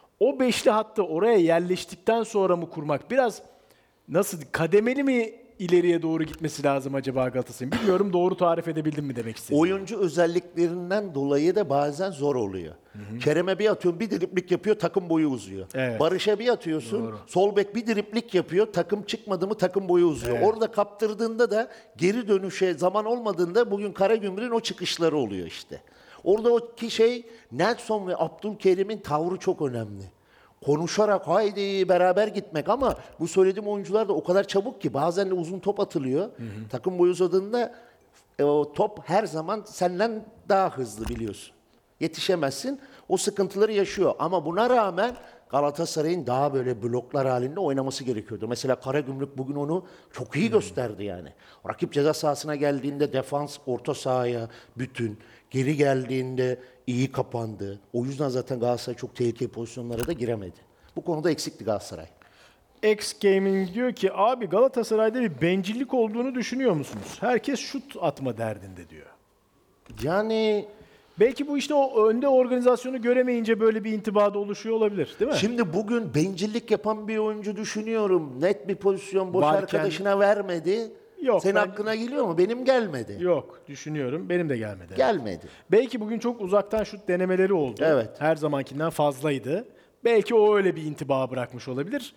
o beşli hattı oraya yerleştikten sonra mı kurmak? Biraz nasıl, kademeli mi ileriye doğru gitmesi lazım acaba Galatasaray'ın? Bilmiyorum, doğru tarif edebildim mi demek istedim. Oyuncu özelliklerinden dolayı da bazen zor oluyor. Kerem'e bir atıyorsun, bir driplik yapıyor, takım boyu uzuyor. Evet. Barış'a bir atıyorsun, sol bek bir driplik yapıyor, takım çıkmadı mı takım boyu uzuyor. Evet. Orada kaptırdığında da geri dönüşe zaman olmadığında bugün Karagümrük'ün o çıkışları oluyor işte. Orada o ki Nelson ve Abdülkerim'in tavrı çok önemli. Konuşarak haydi beraber gitmek, ama bu söylediğim oyuncular da o kadar çabuk ki bazen de uzun top atılıyor. Takım boyu uzadığında o top her zaman senden daha hızlı, biliyorsun. Yetişemezsin. O sıkıntıları yaşıyor. Ama buna rağmen Galatasaray'ın daha böyle bloklar halinde oynaması gerekiyordu. Mesela Karagümrük bugün onu çok iyi gösterdi yani. Rakip ceza sahasına geldiğinde defans orta sahaya bütün, geri geldiğinde iyi kapandı. O yüzden zaten Galatasaray çok tehlikeli pozisyonlara da giremedi. Bu konuda eksikti Galatasaray. X Gaming diyor ki abi Galatasaray'da bir bencillik olduğunu düşünüyor musunuz? Herkes şut atma derdinde diyor. Yani Belki bu işte o önde organizasyonu göremeyince böyle bir intibada oluşuyor olabilir, değil mi? şimdi bugün bencillik yapan bir oyuncu düşünüyorum. Net bir pozisyon boş Varken- arkadaşına vermedi. Yok, Senin ben- hakkına geliyor mu? Benim gelmedi. Yok, düşünüyorum. Benim de gelmedi. Gelmedi. Belki bugün çok uzaktan şut denemeleri oldu. Evet. Her zamankinden fazlaydı. Belki o öyle bir intiba bırakmış olabilir.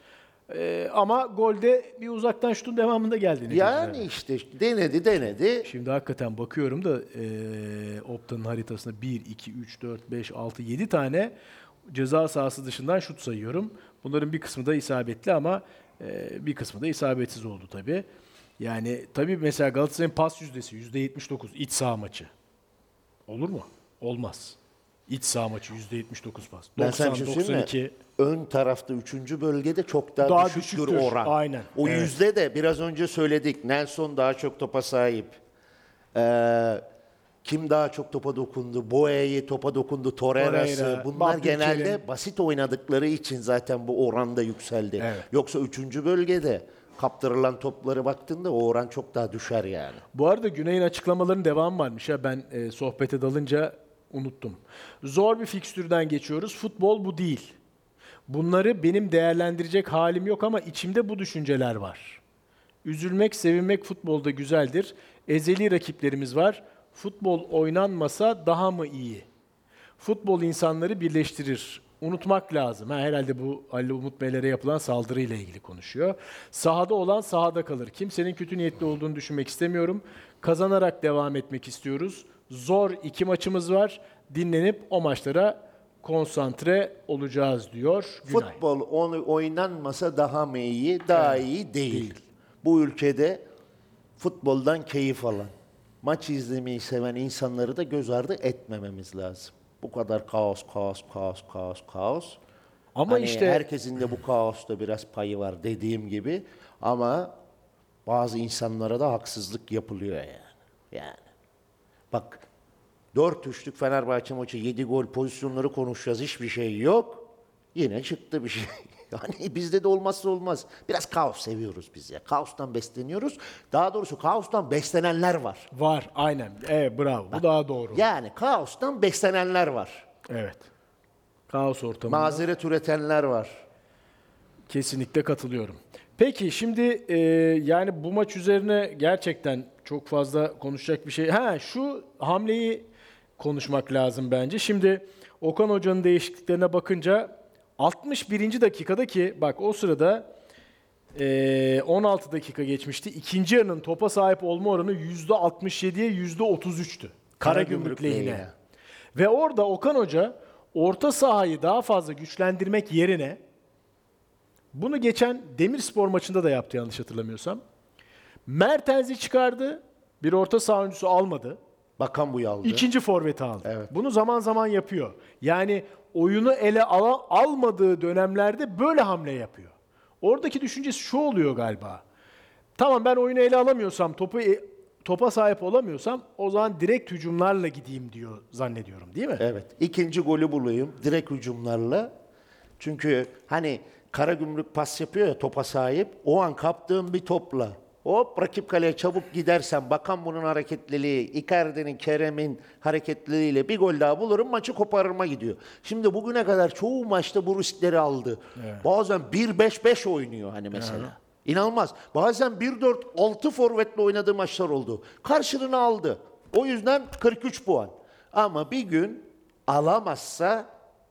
Ama golde bir uzaktan şutun devamında geldi. Yani işte denedi. Şimdi hakikaten bakıyorum da Opta'nın haritasında 1, 2, 3, 4, 5, 6, 7 tane ceza sahası dışından şut sayıyorum. Bunların bir kısmı da isabetli ama bir kısmı da isabetsiz oldu tabii. Yani tabii mesela Galatasaray'ın pas yüzdesi %79 iç saha maçı. Olur mu? Olmaz. İç saha maçı %79 pas. Ben sana 90, bir şey söyleyeyim mi? 92. Ön tarafta 3. bölgede çok daha, Daha düşüktür düşüktür. oran. Aynen. O Evet. yüzde de biraz önce söyledik. Nelson daha çok topa sahip. Kim daha çok topa dokundu? Boye'yi topa dokundu. Torreira'sı. Torreira, Bunlar Abdülkerim. genelde basit oynadıkları için zaten bu oran da yükseldi. Evet. Yoksa 3. bölgede kaptırılan topları baktığında o oran çok daha düşer yani. Bu arada Güney'in açıklamalarının devamı varmış ya, ben sohbete dalınca unuttum. Zor bir fikstürden geçiyoruz. Futbol bu değil. Bunları benim değerlendirecek halim yok ama içimde bu düşünceler var. Üzülmek, sevinmek futbolda güzeldir. Ezeli rakiplerimiz var. Futbol oynanmasa daha mı iyi? Futbol insanları birleştirir. Unutmak lazım. Herhalde bu Ali Umut Beylere yapılan saldırıyla ilgili konuşuyor. Sahada olan sahada kalır. Kimsenin kötü niyetli olduğunu düşünmek istemiyorum. Kazanarak devam etmek istiyoruz. Zor 2 maçımız var. Dinlenip o maçlara konsantre olacağız diyor Günay. Futbol oynanmasa daha mı iyi? Daha iyi değil. Bu ülkede futboldan keyif alan, maç izlemeyi seven insanları da göz ardı etmememiz lazım. Bu kadar kaos. Ama Hani işte herkesin de bu kaosta biraz payı var dediğim gibi, ama bazı insanlara da haksızlık yapılıyor yani. Yani bak, 4-3'lük Fenerbahçe maçı, 7 gol pozisyonları konuşacağız, hiçbir şey yok. Yine çıktı bir şey. Yani bizde de olmazsa olmaz. Biraz kaos seviyoruz biz ya. Kaostan besleniyoruz. Daha doğrusu kaostan beslenenler var. var, aynen. Evet, bravo. Bu daha doğru. Yani kaostan beslenenler var. Evet. Kaos ortamında. Mazeret üretenler var. Kesinlikle katılıyorum. Peki şimdi yani bu maç üzerine gerçekten çok fazla konuşacak bir şey. Şu hamleyi konuşmak lazım bence. Şimdi Okan Hoca'nın değişikliklerine bakınca 61. dakikada ki bak o sırada 16 dakika geçmişti. İkinci yarının topa sahip olma oranı %67'ye %33'tü. Karagümrük lehine. Ve orada Okan Hoca orta sahayı daha fazla güçlendirmek yerine bunu geçen Demirspor maçında da yaptı yanlış hatırlamıyorsam. Mertens'i çıkardı. Bir orta saha oyuncusu almadı. Bakan aldı. İkinci forveti aldı. Evet. Bunu zaman zaman yapıyor. Yani oyunu ele almadığı dönemlerde böyle hamle yapıyor. Oradaki düşüncesi şu oluyor galiba. Tamam ben oyunu ele alamıyorsam, topa sahip olamıyorsam o zaman direkt hücumlarla gideyim diyor zannediyorum değil mi? Evet. İkinci golü bulayım direkt hücumlarla. Çünkü hani Karagümrük pas yapıyor ya topa sahip. O an kaptığım bir topla hop rakip kaleye çabuk gidersen Bakan bunun hareketliliği, Icardi'nin, Kerem'in hareketliliğiyle bir gol daha bulurum maçı koparırma gidiyor. Şimdi bugüne kadar çoğu maçta bu riskleri aldı. Evet. Bazen 1-5-5 oynuyor hani mesela. Evet. İnanılmaz. Bazen 1-4-6 forvetle oynadığı maçlar oldu. Karşılığını aldı. O yüzden 43 puan. Ama bir gün alamazsa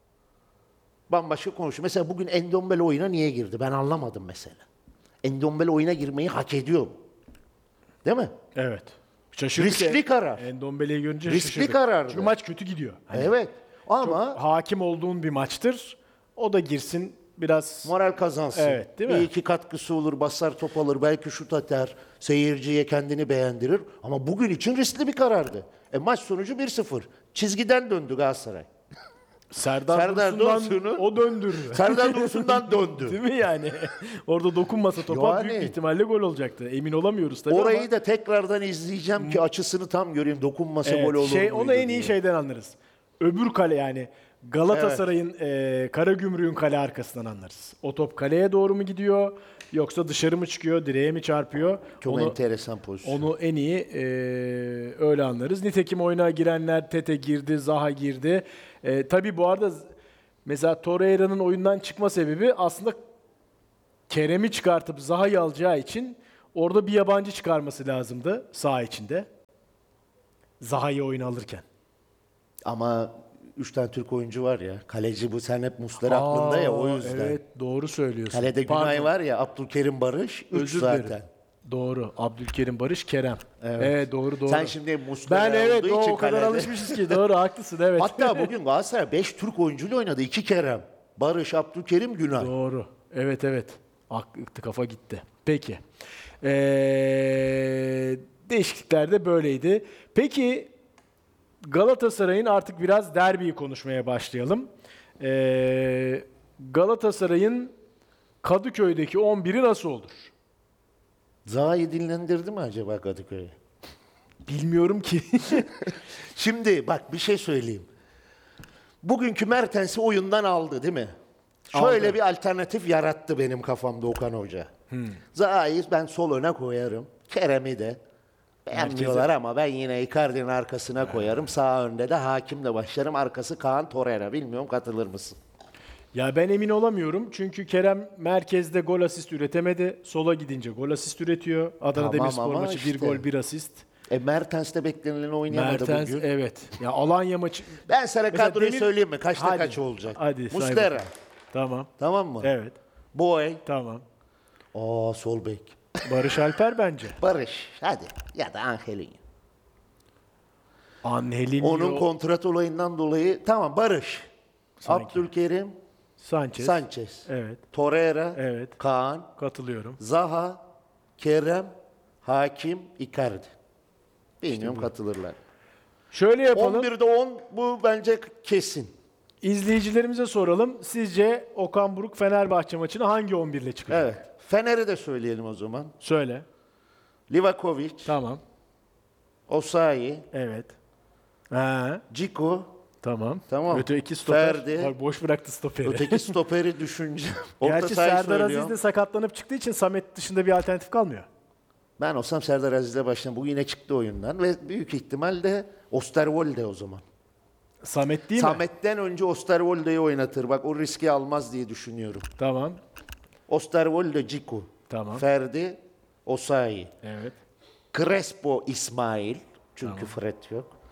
bambaşka konuşuyor. Mesela bugün Endombele oyuna niye girdi? Ben anlamadım mesela. Endombele oyuna girmeyi hak ediyor. Değil mi? Evet. Şaşırdık. Riskli karar. Endombele'yi görünce riskli şaşırdık. karardı. Çünkü maç kötü gidiyor. Hani evet. Ama hakim olduğun bir maçtır. O da girsin biraz moral kazansın. Evet, değil mi? Bir iki katkısı olur, basar top alır, belki şut atar, seyirciye kendini beğendirir. Ama bugün için riskli bir karardı. Maç sonucu 1-0. Çizgiden döndü Galatasaray. Serdar Dursun'dan o döndürdü. Serdar Dursun'dan döndü. Değil mi yani? Orada dokunmasa topa büyük ihtimalle gol olacaktı. Emin olamıyoruz tabii orayı ama. da tekrardan izleyeceğim ki açısını tam göreyim. Dokunmasa gol olur muydu Onu en iyi diye. şeyden anlarız. Öbür kale yani Galatasaray'ın Karagümrük'ün kale arkasından anlarız. O top kaleye doğru mu gidiyor yoksa dışarı mı çıkıyor, direğe mi çarpıyor? Çok enteresan pozisyon. Onu en iyi öyle anlarız. Nitekim oyuna girenler Tete girdi, Zaha girdi. Tabii bu arada mesela Torreira'nın oyundan çıkma sebebi aslında Kerem'i çıkartıp Zaha'yı alacağı için orada bir yabancı çıkarması lazımdı saha içinde. Zaha'yı oyuna alırken. Ama 3 tane Türk oyuncu var ya. Kaleci bu sen hep Muslera aklında ya o yüzden. Evet doğru söylüyorsun. Kalede Günay var ya Abdülkerim Barış 3 zaten. Dilerim. Doğru. Abdülkerim Barış Kerem. Evet doğru. Sen şimdi Muslera ben olduğu için o kadar kalede. alışmışız ki doğru haklısın evet. Hatta bugün Galatasaray 5 Türk oyuncuyla oynadı. 2 Kerem. Barış, Abdülkerim, Günay. Doğru. Evet. Kafa gitti. Peki. Değişiklikler de böyleydi. Peki Galatasaray'ın artık biraz derbiyi konuşmaya başlayalım. Galatasaray'ın Kadıköy'deki 11'i nasıl olur? Zaha'yı dinlendirdi mi acaba Kadıköy'ü? Bilmiyorum ki. Şimdi bak bir şey söyleyeyim. Bugünkü Mertens'i oyundan aldı değil mi? Şöyle Aldı. bir alternatif yarattı benim kafamda Okan Hoca. Zaha'yı ben sol öne koyarım. Kerem'i de. Beğenmiyorlar ama ben yine Icardi'nin arkasına koyarım. Sağ önde de Hakim'le başlarım. Arkası Kaan Torreira. Bilmiyorum katılır mısın? Ya ben emin olamıyorum. Çünkü Kerem merkezde gol asist üretemedi. Sola gidince gol asist üretiyor. Adana Tamam Demirspor ama maçı bir işte. gol bir asist. Mertens de beklenileni oynayamadı Mertens bugün. evet. Ya Alanya maçı. Ben sana Mesela kadroyu söyleyeyim mi? Kaçta Hadi. kaç olacak? Hadi, say Muslera. bakalım. Tamam. Tamam mı? Evet. Boy. Tamam. Sol bek. Barış Alper bence. Barış. Hadi. Ya da Angelinho. Angelinho. Onun kontrat olayından dolayı tamam Barış. Sanki. Abdülkerim. Sanchez. Evet. Torreira. Evet. Kaan. Katılıyorum. Zaha. Kerem. Hakim. Icardi. Bilmiyorum katılırlar. Şöyle yapalım. 11'de 10 bu bence kesin. İzleyicilerimize soralım. Sizce Okan Buruk Fenerbahçe maçını hangi 11 ile çıkacak? Evet. Fener'i de söyleyelim o zaman. Söyle. Livakovic. Tamam. Osayi. Evet. Ha, Ciku. tamam. Tamam. Öteki stoper. Ferdi. Bak, boş bıraktı stoperi. Öteki stoperi düşüneceğim. Orta Gerçi sahayı Serdar söylüyorum. Aziz de sakatlanıp çıktığı için Samet dışında bir alternatif kalmıyor. Ben olsam Serdar Aziz'le başlarım. Bu yine çıktı oyundan ve büyük ihtimalle Osterwolde o zaman. Samet değil mi? Samet'ten önce Osterwolde'yi oynatır. Bak o riski almaz diye düşünüyorum. Tamam. Osterwolde, Ciku. Tamam. Ferdi, Osayi. Evet. Crespo, İsmail. Çünkü Fred yok.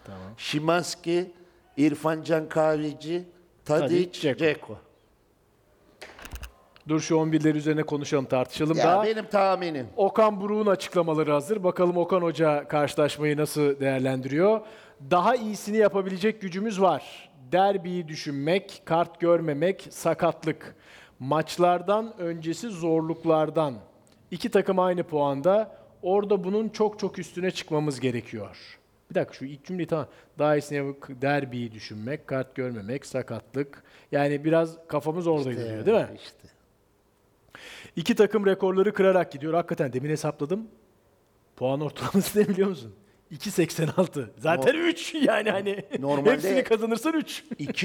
Szymański, İrfan Can Kahveci, Tadić, Dzeko. Dzeko. Dur şu 11'ler üzerine konuşalım, tartışalım Ya daha. benim tahminim. Okan Buruk'un açıklamaları hazır. Bakalım Okan Hoca karşılaşmayı nasıl değerlendiriyor? Daha iyisini yapabilecek gücümüz var. Derbiyi düşünmek, kart görmemek, sakatlık. Maçlardan öncesi zorluklardan. İki takım aynı puanda. Orada bunun çok çok üstüne çıkmamız gerekiyor. Bir dakika şu ilk cümleyi tamam. Daha iyisini derbiyi düşünmek, kart görmemek, sakatlık. Yani biraz kafamız oradaydı diyor, değil mi? İşte. İki takım rekorları kırarak gidiyor. Hakikaten demin hesapladım. Puan ortalaması ne biliyor musun? 2.86. Zaten 3 yani hani Normalde hepsini kazanırsan 3.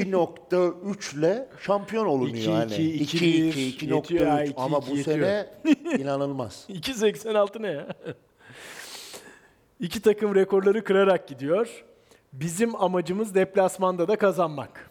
2.3 ile şampiyon olunuyor 2-2, hani. 2-1, 2.3 ama bu 2-2 sene inanılmaz. 2.86 ne ya? İki takım rekorları kırarak gidiyor. Bizim amacımız deplasmanda da kazanmak.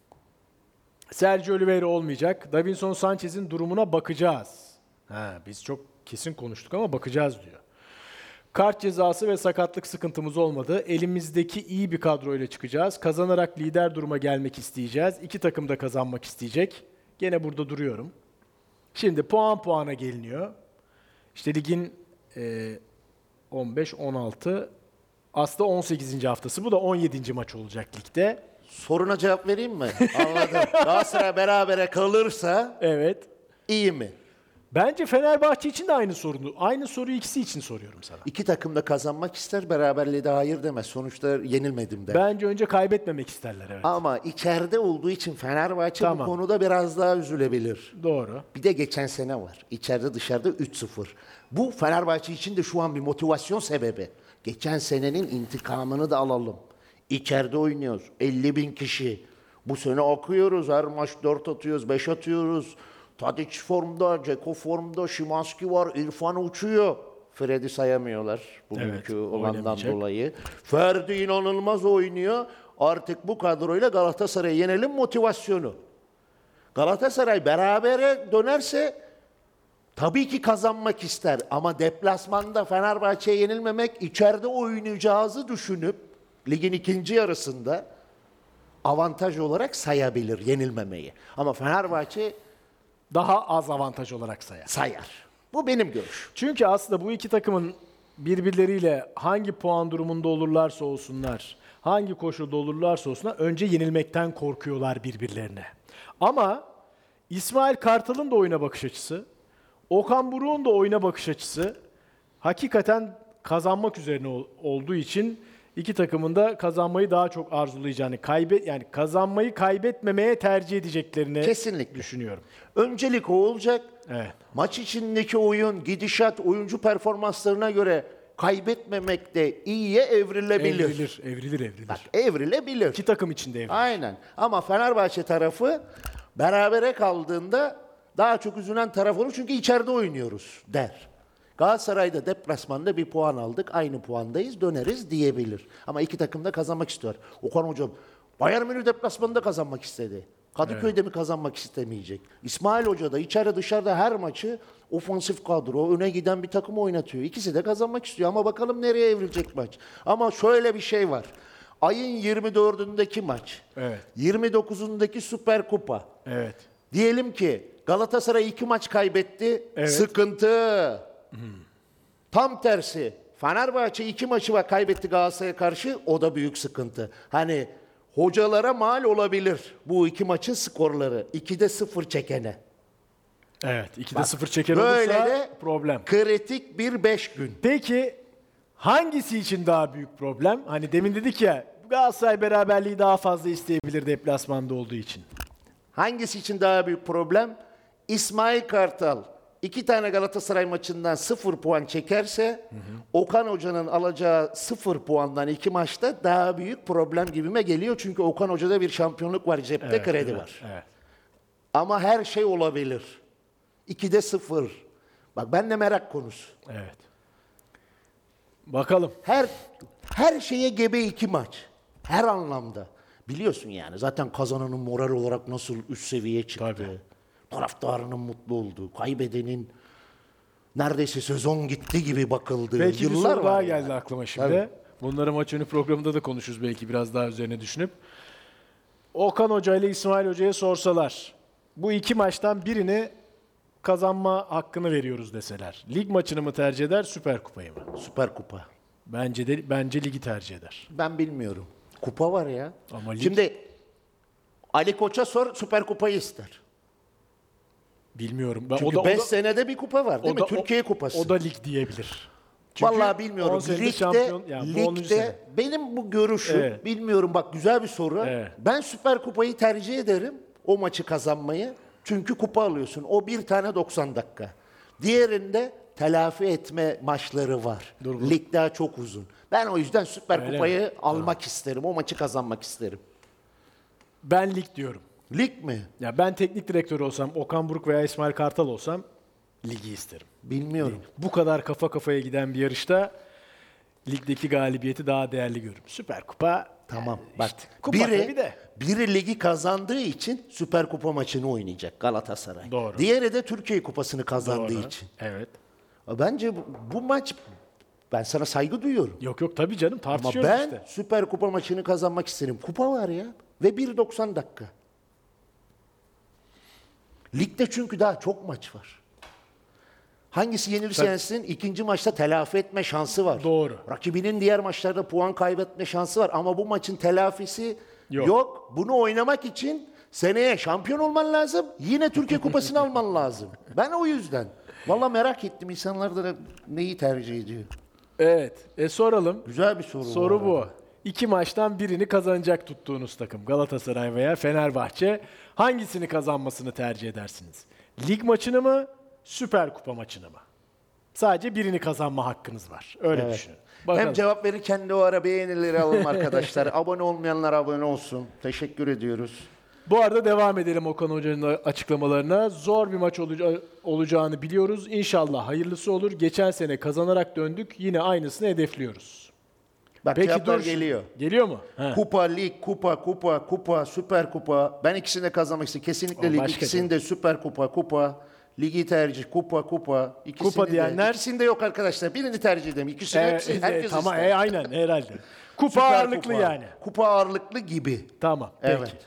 Sergio Oliveira olmayacak. Davinson Sanchez'in durumuna bakacağız. Biz çok kesin konuştuk ama bakacağız diyor. Kart cezası ve sakatlık sıkıntımız olmadı. Elimizdeki iyi bir kadroyla çıkacağız. Kazanarak lider duruma gelmek isteyeceğiz. İki takım da kazanmak isteyecek. Gene burada duruyorum. Şimdi puan puana geliniyor. İşte ligin 15, 16, aslında 18. haftası. Bu da 17. maç olacak ligde. Soruna cevap vereyim mi? Anladım. Galatasaray berabere kalırsa Evet. iyi mi? Bence Fenerbahçe için de aynı soruyu ikisi için soruyorum sana. İki takım da kazanmak ister, beraberliğe de hayır demez. Sonuçta yenilmedim der. Bence önce kaybetmemek isterler, evet. Ama içeride olduğu için Fenerbahçe Tamam. bu konuda biraz daha üzülebilir. Doğru. Bir de geçen sene var. İçeride dışarıda 3-0. Bu Fenerbahçe için de şu an bir motivasyon sebebi. Geçen senenin intikamını da alalım. İçeride oynuyoruz. 50.000 kişi. Bu sene akıyoruz. Her maç 4 atıyoruz, 5 atıyoruz. Tadić formda, Dzeko formda, Szymański var, İrfan uçuyor. Fred'i sayamıyorlar bugünkü olandan oynamayacak. dolayı. Ferdi inanılmaz oynuyor. Artık bu kadroyla Galatasaray'ı yenelim motivasyonu. Galatasaray berabere dönerse tabii ki kazanmak ister. Ama deplasmanda Fenerbahçe'ye yenilmemek, içeride oynayacağızı düşünüp ligin ikinci yarısında avantaj olarak sayabilir yenilmemeyi. Ama Fenerbahçe Daha az avantaj olarak sayar. sayar. Bu benim görüşüm. Çünkü aslında bu iki takımın birbirleriyle hangi puan durumunda olurlarsa olsunlar, hangi koşulda olurlarsa olsunlar önce yenilmekten korkuyorlar birbirlerine. Ama İsmail Kartal'ın da oyuna bakış açısı, Okan Buruk'un da oyuna bakış açısı hakikaten kazanmak üzerine olduğu için iki takımın da kazanmayı daha çok arzulayacağını, yani kazanmayı kaybetmemeye tercih edeceklerini Kesinlikle. düşünüyorum. Öncelik o olacak. Evet. Maç içindeki oyun, gidişat, oyuncu performanslarına göre kaybetmemek de iyiye evrilebilir. Evrilir. Bak, evrilebilir. İki takım içinde evrilir. Aynen. Ama Fenerbahçe tarafı berabere kaldığında daha çok üzülen taraf olur. Çünkü içeride oynuyoruz der. Galatasaray'da deplasmanda bir puan aldık. Aynı puandayız, döneriz diyebilir. Ama iki takım da kazanmak istiyor. Okan Hocam Bayern Münih deplasmanında kazanmak istedi. Kadıköy'de mi kazanmak istemeyecek? İsmail Hoca da içeride dışarıda her maçı ofansif kadro, öne giden bir takım oynatıyor. İkisi de kazanmak istiyor ama bakalım nereye evrilecek maç. Ama şöyle bir şey var. Ayın 24'ündeki maç, Evet. 29'undaki Süper Kupa. Evet. Diyelim ki Galatasaray 2 maç kaybetti, Evet. sıkıntı. Tam tersi. Fenerbahçe 2 maçı var kaybetti Galatasaray'a karşı, o da büyük sıkıntı. Hani hocalara mal olabilir bu 2 maçın skorları. 2'de 0 çekene. Evet. 2'de 0 çeker Böyle olursa de problem. kritik bir 5 gün. Peki hangisi için daha büyük problem? Hani demin dedik ya Galatasaray beraberliği daha fazla isteyebilir deplasmanda olduğu için. Hangisi için daha büyük problem? İsmail Kartal 2 tane Galatasaray maçından 0 puan çekerse Okan Hoca'nın alacağı 0 puandan 2 maçta daha büyük problem gibime geliyor. Çünkü Okan Hoca'da bir şampiyonluk var, cepte kredi var. Evet. Ama her şey olabilir. 2'de 0. Bak ben de merak konusu. Evet. Bakalım. Her şeye gebe 2 maç. Her anlamda. Biliyorsun yani zaten kazananın moral olarak nasıl üst seviyeye çıktı. Tabii. Taraftarının mutlu olduğu, kaybedenin neredeyse sezon gitti gibi bakıldığı Peki bir yıllar soru var daha yani. geldi aklıma şimdi. Tabii. Bunları maç önü programında da konuşuruz belki biraz daha üzerine düşünüp. Okan Hoca ile İsmail Hoca'ya sorsalar, bu iki maçtan birini kazanma hakkını veriyoruz deseler. Lig maçını mı tercih eder, Süper Kupayı mı? Süper Kupa. Bence ligi tercih eder. Ben bilmiyorum. Kupa var ya. Ama lig- Şimdi Ali Koç'a sor, Süper Kupayı ister. Bilmiyorum. Çünkü 5 senede bir kupa var değil mi? Türkiye Kupası. O da lig diyebilir. Çünkü Vallahi bilmiyorum. 10 senedir Ligde, şampiyon, yani bu 10. sene. benim bu görüşüm, Evet. bilmiyorum bak güzel bir soru. Evet. Ben Süper Kupayı tercih ederim o maçı kazanmayı. Çünkü kupa alıyorsun. O bir tane 90 dakika. Diğerinde telafi etme maçları var. Dur. Lig daha çok uzun. Ben o yüzden Süper Öyle Kupayı mi? almak isterim. O maçı kazanmak isterim. Ben lig diyorum. Lig mi? Ya ben teknik direktör olsam, Okan Buruk veya İsmail Kartal olsam ligi isterim. Bilmiyorum. Bu kadar kafa kafaya giden bir yarışta ligdeki galibiyeti daha değerli görürüm. Süper Kupa Tamam. Bak kupa tabii de. biri ligi kazandığı için Süper Kupa maçını oynayacak Galatasaray. Doğru. Diğeri de Türkiye Kupası'nı kazandığı Doğru. için. Evet. Bence bu maç ben sana saygı duyuyorum. Yok tabii canım Ama tartışıyoruz ben işte. Süper Kupa maçını kazanmak isterim. Kupa var ya ve 1.90 dakika. Ligde çünkü daha çok maç var. Hangisi yenilirse Tabii. yensin ikinci maçta telafi etme şansı var. Doğru. Rakibinin diğer maçlarda puan kaybetme şansı var. Ama bu maçın telafisi Yok. yok. Bunu oynamak için seneye şampiyon olman lazım. Yine Türkiye Kupası'nı alman lazım. Ben o yüzden. Vallahi merak ettim insanlar da neyi tercih ediyor. Evet. Soralım. Güzel bir soru. Soru bu. arada. İki maçtan birini kazanacak tuttuğunuz takım Galatasaray veya Fenerbahçe hangisini kazanmasını tercih edersiniz? Lig maçını mı, Süper Kupa maçını mı? Sadece birini kazanma hakkınız var. Öyle Evet. düşünün. Bakalım. Hem cevap verirken de o ara beğenileri alalım arkadaşlar. Abone olmayanlar abone olsun. Teşekkür ediyoruz. Bu arada devam edelim Okan Hoca'nın açıklamalarına. Zor bir maç olacağını biliyoruz. İnşallah hayırlısı olur. Geçen sene kazanarak döndük. Yine aynısını hedefliyoruz. Bak cevaplar geliyor. Geliyor mu? He. Kupa, lig, kupa, süper kupa. Ben ikisini de kazanmak istiyorum. Kesinlikle O lig. başka İkisini de süper kupa. Ligi tercih, kupa. İkisini Kupa diyenler- İkisinde yok arkadaşlar. Birini tercih edeyim. İkisini hepsi, herkes tamam, ister. aynen herhalde. Kupa Süper ağırlıklı kupa. yani. Kupa ağırlıklı gibi. Tamam, peki. Evet.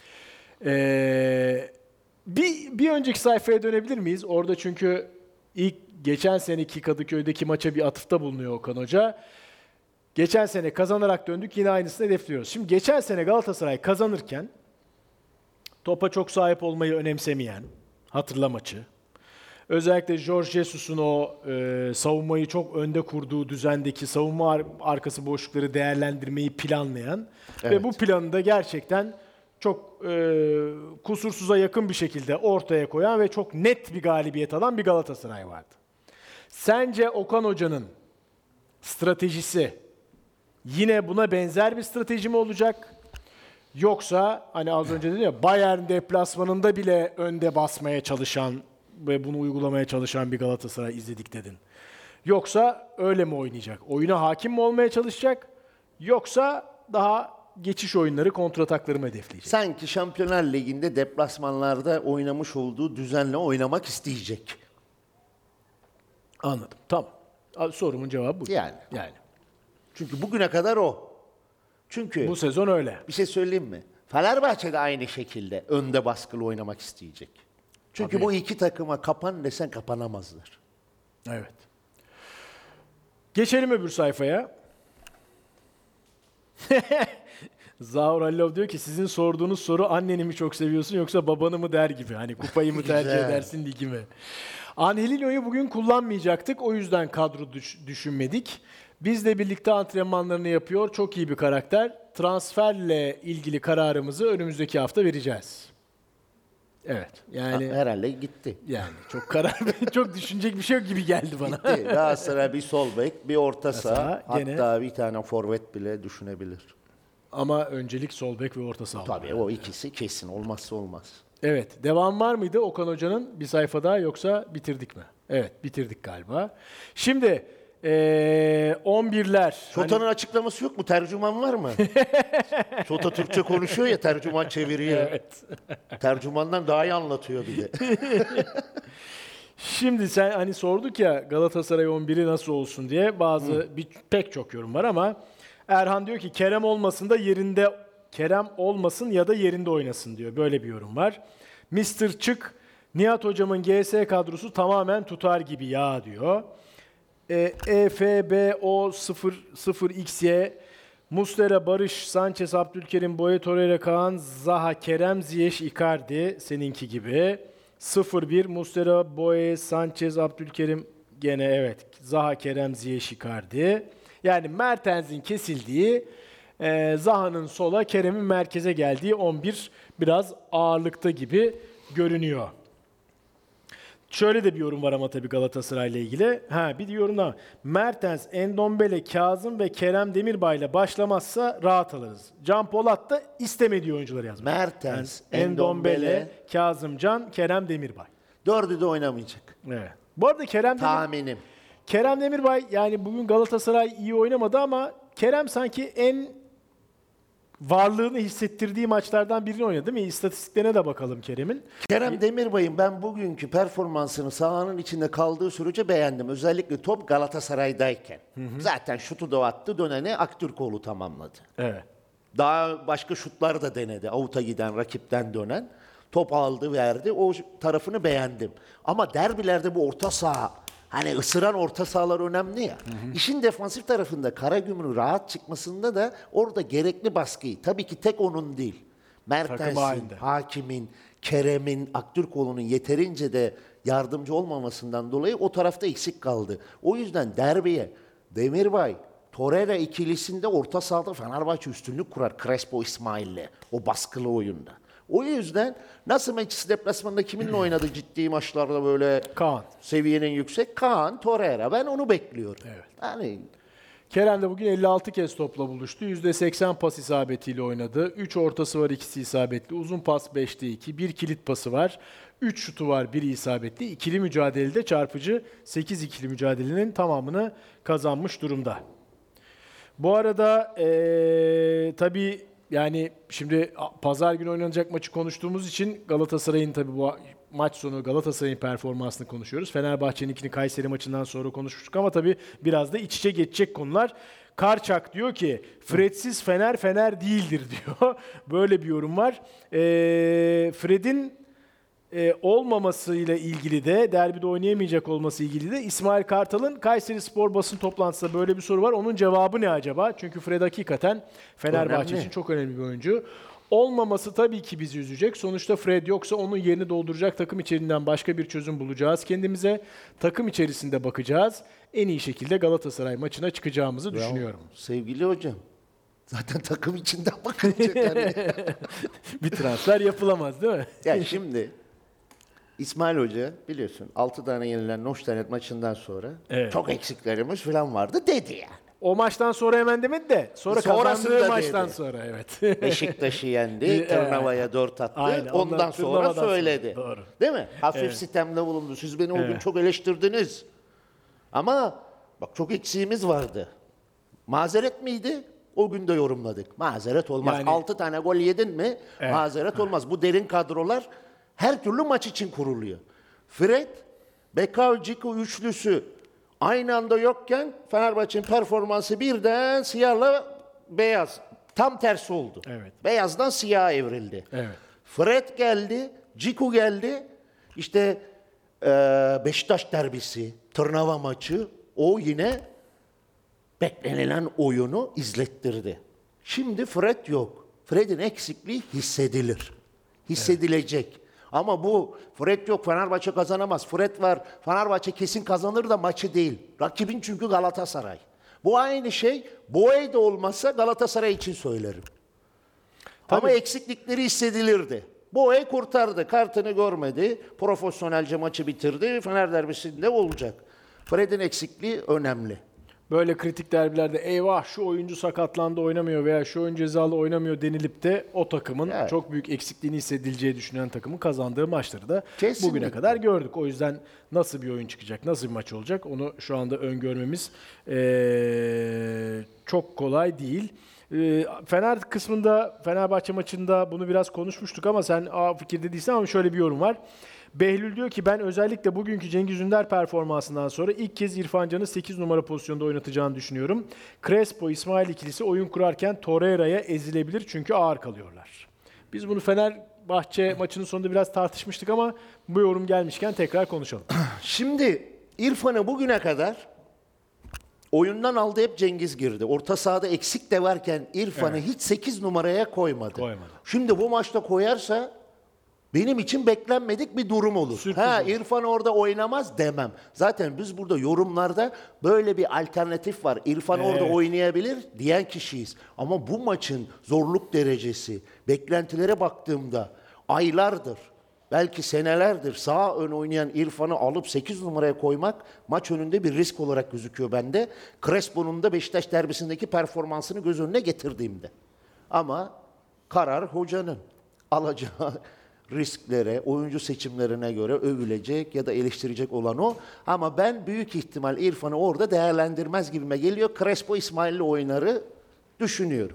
Bir önceki sayfaya dönebilir miyiz? Orada çünkü ilk geçen seneki Kadıköy'deki maça bir atıfta bulunuyor Okan Hoca. Geçen sene kazanarak döndük, yine aynısını hedefliyoruz. Şimdi geçen sene Galatasaray kazanırken topa çok sahip olmayı önemsemeyen, hatırla maçı. Özellikle Jorge Jesus'un o savunmayı çok önde kurduğu düzendeki savunma arkası boşlukları değerlendirmeyi planlayan ve bu planı da gerçekten çok kusursuza yakın bir şekilde ortaya koyan ve çok net bir galibiyet alan bir Galatasaray vardı. Sence Okan Hoca'nın stratejisi yine buna benzer bir strateji mi olacak? Yoksa hani az önce dedim ya Bayern deplasmanında bile önde basmaya çalışan ve bunu uygulamaya çalışan bir Galatasaray izledik dedin. Yoksa öyle mi oynayacak? Oyuna hakim mi olmaya çalışacak? Yoksa daha geçiş oyunları, kontratakları mı hedefleyecek? Sanki Şampiyonlar Ligi'nde deplasmanlarda oynamış olduğu düzenle oynamak isteyecek. Anladım. Tamam. Sorumun cevabı bu. Yani. Çünkü bugüne kadar o. Çünkü Bu sezon öyle. bir şey söyleyeyim mi? Fenerbahçe de aynı şekilde önde baskılı oynamak isteyecek. Çünkü Tabii. bu iki takıma kapan desen kapanamazlar. Evet. Geçelim öbür sayfaya. Zahur Allov diyor ki sizin sorduğunuz soru anneni mi çok seviyorsun yoksa babanı mı der gibi. Hani kupayı mı tercih Güzel. edersin ligi mi? Angelino'yu bugün kullanmayacaktık. O yüzden kadro düşünmedik. Bizle birlikte antrenmanlarını yapıyor. Çok iyi bir karakter. Transferle ilgili kararımızı önümüzdeki hafta vereceğiz. Evet. Yani Herhalde gitti. çok çok düşünecek bir şey yok gibi geldi bana. Gitti. Galatasaray bir sol bek, bir orta saha, gene- hatta bir tane forvet bile düşünebilir. Ama öncelik sol bek ve orta saha. Tabii o ikisi kesin olmazsa olmaz. Evet. Devam var mıydı Okan Hoca'nın bir sayfa daha yoksa bitirdik mi? Evet, bitirdik galiba. Şimdi 11'ler. Şota'nın açıklaması yok mu? Tercüman var mı? Şota Türkçe konuşuyor ya, tercüman çeviriyor. Evet. Tercümandan daha iyi anlatıyor bir de. Şimdi sen hani sorduk ya Galatasaray 11'i nasıl olsun diye pek çok yorum var ama Erhan diyor ki Kerem olmasın da yerinde Kerem olmasın ya da yerinde oynasın diyor. Böyle bir yorum var. Mr. Çık Nihat hocamın GS kadrosu tamamen tutar gibi ya diyor. EFBO00XY Muslera, Barış, Sanchez, Abdülkerim, Boye, Torreira, Kaan, Zaha, Kerem, Ziyech, Icardi seninki gibi. 0-1 Muslera, Boye, Sanchez, Abdülkerim gene evet. Zaha, Kerem, Ziyech, Icardi. Yani Mertens'in kesildiği, Zaha'nın sola, Kerem'in merkeze geldiği 11 biraz ağırlıkta gibi görünüyor. Şöyle de bir yorum var ama tabii Galatasaray'la ilgili. Bir yorum daha. Mertens, Endombele, Kazım ve Kerem Demirbay'la başlamazsa rahat alırız. Can Polat da istemediği oyuncuları yazmış. Mertens, Endombele, Kazımcan, Kerem Demirbay. Dördü de oynamayacak. Evet. Bu arada Tahminim. Kerem Demirbay yani bugün Galatasaray iyi oynamadı ama Kerem sanki en varlığını hissettirdiği maçlardan birini oynadı değil mi? İstatistiklerine de bakalım Kerem'in. Kerem Demirbay'ın ben bugünkü performansını sahanın içinde kaldığı sürece beğendim. Özellikle top Galatasaray'dayken. Zaten şutu da attı, döneni Aktürkoğlu tamamladı. Evet. Daha başka şutlar da denedi. Avuta giden, rakipten dönen. Top aldı, verdi. O tarafını beğendim. Ama derbilerde bu orta saha, hani ısıran orta sahalar önemli ya. İşin defansif tarafında Karagümrük rahat çıkmasında da orada gerekli baskıyı, tabii ki tek onun değil. Mertens'in, Hakim'in, Kerem'in, Aktürkoğlu'nun yeterince de yardımcı olmamasından dolayı o tarafta eksik kaldı. O yüzden derbiye Demirbay, Torreira ikilisinde orta sahada Fenerbahçe üstünlük kurar Crespo İsmail'le o baskılı oyunda. O yüzden nasıl Manchester deplasmanında kiminle oynadı ciddi maçlarda böyle Kaan. Seviyenin yüksek? Kaan, Torreira. Ben onu bekliyorum. Evet. Yani Kerem de bugün 56 kez topla buluştu. %80 pas isabetiyle oynadı. 3 ortası var, ikisi isabetli. Uzun pas 5'te 2. 1 kilit pası var. 3 şutu var, biri isabetli. İkili mücadelede çarpıcı 8 ikili mücadelenin tamamını kazanmış durumda. Bu arada tabii yani şimdi pazar günü oynanacak maçı konuştuğumuz için Galatasaray'ın tabii bu maç sonu Galatasaray'ın performansını konuşuyoruz. Fenerbahçe'ninkini Kayseri maçından sonra konuşmuştuk ama tabii biraz da iç içe geçecek konular. Karçak diyor ki Fred'siz Fener Fener değildir diyor. Böyle bir yorum var. Fred'in olmamasıyla ilgili de derbide oynayamayacak olması ilgili de İsmail Kartal'ın Kayserispor basın toplantısında böyle bir soru var. Onun cevabı ne acaba? Çünkü Fred hakikaten Fenerbahçe için çok önemli bir oyuncu. Olmaması tabii ki bizi üzecek. Sonuçta Fred yoksa onun yerini dolduracak takım içerisinden başka bir çözüm bulacağız kendimize. Takım içerisinde bakacağız. En iyi şekilde Galatasaray maçına çıkacağımızı düşünüyorum. sevgili hocam, zaten takım içinden bakılacak. Yani. Bir transfer yapılamaz değil mi? Ya şimdi İsmail Hoca biliyorsun 6 tane yenilen Noştenet maçından sonra çok eksiklerimiz falan vardı dedi yani. O maçtan sonra hemen demedi de sonra kazandığı maçtan dedi. sonra evet. Beşiktaş'ı yendi, Tırnava'ya 4 attı. Aynen, ondan sonra söyledi. Sonra. Doğru. Değil mi? Hafif sistemde bulundu. Siz beni o gün çok eleştirdiniz. Ama bak çok eksiğimiz vardı. Mazeret miydi? O gün de yorumladık. Mazeret olmaz. Yani, 6 tane gol yedin mi mazeret olmaz. Bu derin kadrolar her türlü maç için kuruluyor. Fred, Bekao, Ciku üçlüsü aynı anda yokken Fenerbahçe'nin performansı birden siyahla beyaz. Tam tersi oldu. Evet. Beyazdan siyaha evrildi. Evet. Fred geldi, Ciku geldi. İşte Beşiktaş derbisi, Tırnava maçı o yine beklenilen oyunu izlettirdi. Şimdi Fred yok. Fred'in eksikliği hissedilir. Hissedilecek. Evet. Ama bu Fred yok, Fenerbahçe kazanamaz. Fred var, Fenerbahçe kesin kazanır da maçı değil. Rakibin çünkü Galatasaray. Bu aynı şey Boye de olmasa Galatasaray için söylerim. Tabii. Ama eksiklikleri hissedilirdi. Boye kurtardı, kartını görmedi. Profesyonelce maçı bitirdi. Fener derbisinde olacak. Fred'in eksikliği önemli. Böyle kritik derbilerde eyvah şu oyuncu sakatlandı oynamıyor veya şu oyuncu cezalı oynamıyor denilip de o takımın çok büyük eksikliğini hissedileceği düşünen takımın kazandığı maçları da bugüne kadar gördük. O yüzden nasıl bir oyun çıkacak, nasıl bir maç olacak onu şu anda öngörmemiz çok kolay değil. Fener kısmında, Fenerbahçe maçında bunu biraz konuşmuştuk ama sen fikirde değilsin ama şöyle bir yorum var. Behlül diyor ki ben özellikle bugünkü Cengiz Ünder performansından sonra ilk kez İrfan Can'ı 8 numara pozisyonda oynatacağını düşünüyorum. Crespo, İsmail ikilisi oyun kurarken Torreira'ya ezilebilir çünkü ağır kalıyorlar. Biz bunu Fenerbahçe maçının sonunda biraz tartışmıştık ama bu yorum gelmişken tekrar konuşalım. Şimdi İrfan'ı bugüne kadar oyundan aldı, hep Cengiz girdi. Orta sahada eksik de varken İrfan'ı hiç 8 numaraya koymadı. Şimdi bu maçta koyarsa benim için beklenmedik bir durum olur. Sürpriz olur. İrfan orada oynamaz demem. Zaten biz burada yorumlarda böyle bir alternatif var. İrfan orada oynayabilir diyen kişiyiz. Ama bu maçın zorluk derecesi, beklentilere baktığımda aylardır, belki senelerdir sağ ön oynayan İrfan'ı alıp 8 numaraya koymak maç önünde bir risk olarak gözüküyor bende. Crespo'nun da Beşiktaş derbisindeki performansını göz önüne getirdiğimde. Ama karar hocanın alacağı risklere, oyuncu seçimlerine göre övülecek ya da eleştirecek olan o. Ama ben büyük ihtimal İrfan'ı orada değerlendirmez gibime geliyor. Crespo İsmail'le oynarı düşünüyorum.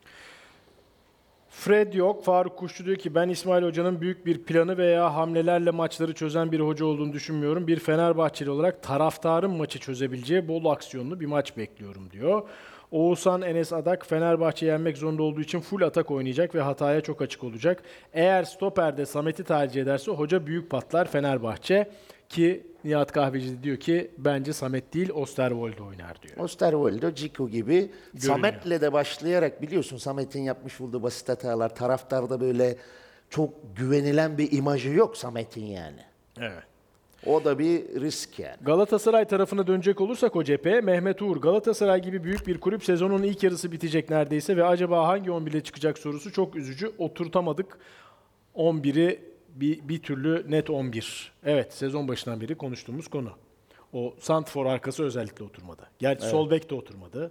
Fred yok. Faruk Kuşçu diyor ki ben İsmail Hoca'nın büyük bir planı veya hamlelerle maçları çözen bir hoca olduğunu düşünmüyorum. Bir Fenerbahçeli olarak taraftarın maçı çözebileceği bol aksiyonlu bir maç bekliyorum diyor. Oğuzhan Enes Adak Fenerbahçe yenmek zorunda olduğu için full atak oynayacak ve hataya çok açık olacak. Eğer stoperde Samet'i tercih ederse hoca büyük patlar Fenerbahçe ki Nihat Kahveci diyor ki bence Samet değil Osterwolde oynar diyor. Osterwolde, Ciku gibi Samet'le de başlayarak biliyorsun Samet'in yapmış olduğu basit hatalar, taraftarda böyle çok güvenilen bir imajı yok Samet'in yani. Evet. O da bir risk yani. Galatasaray tarafına dönecek olursak o cepheye Mehmet Uğur, Galatasaray gibi büyük bir kulüp sezonun ilk yarısı bitecek neredeyse ve acaba hangi 11'le çıkacak sorusu çok üzücü. Oturtamadık 11'i bir türlü net 11. Evet sezon başından beri konuştuğumuz konu. O santfor arkası özellikle oturmadı. Gerçi sol bek de oturmadı.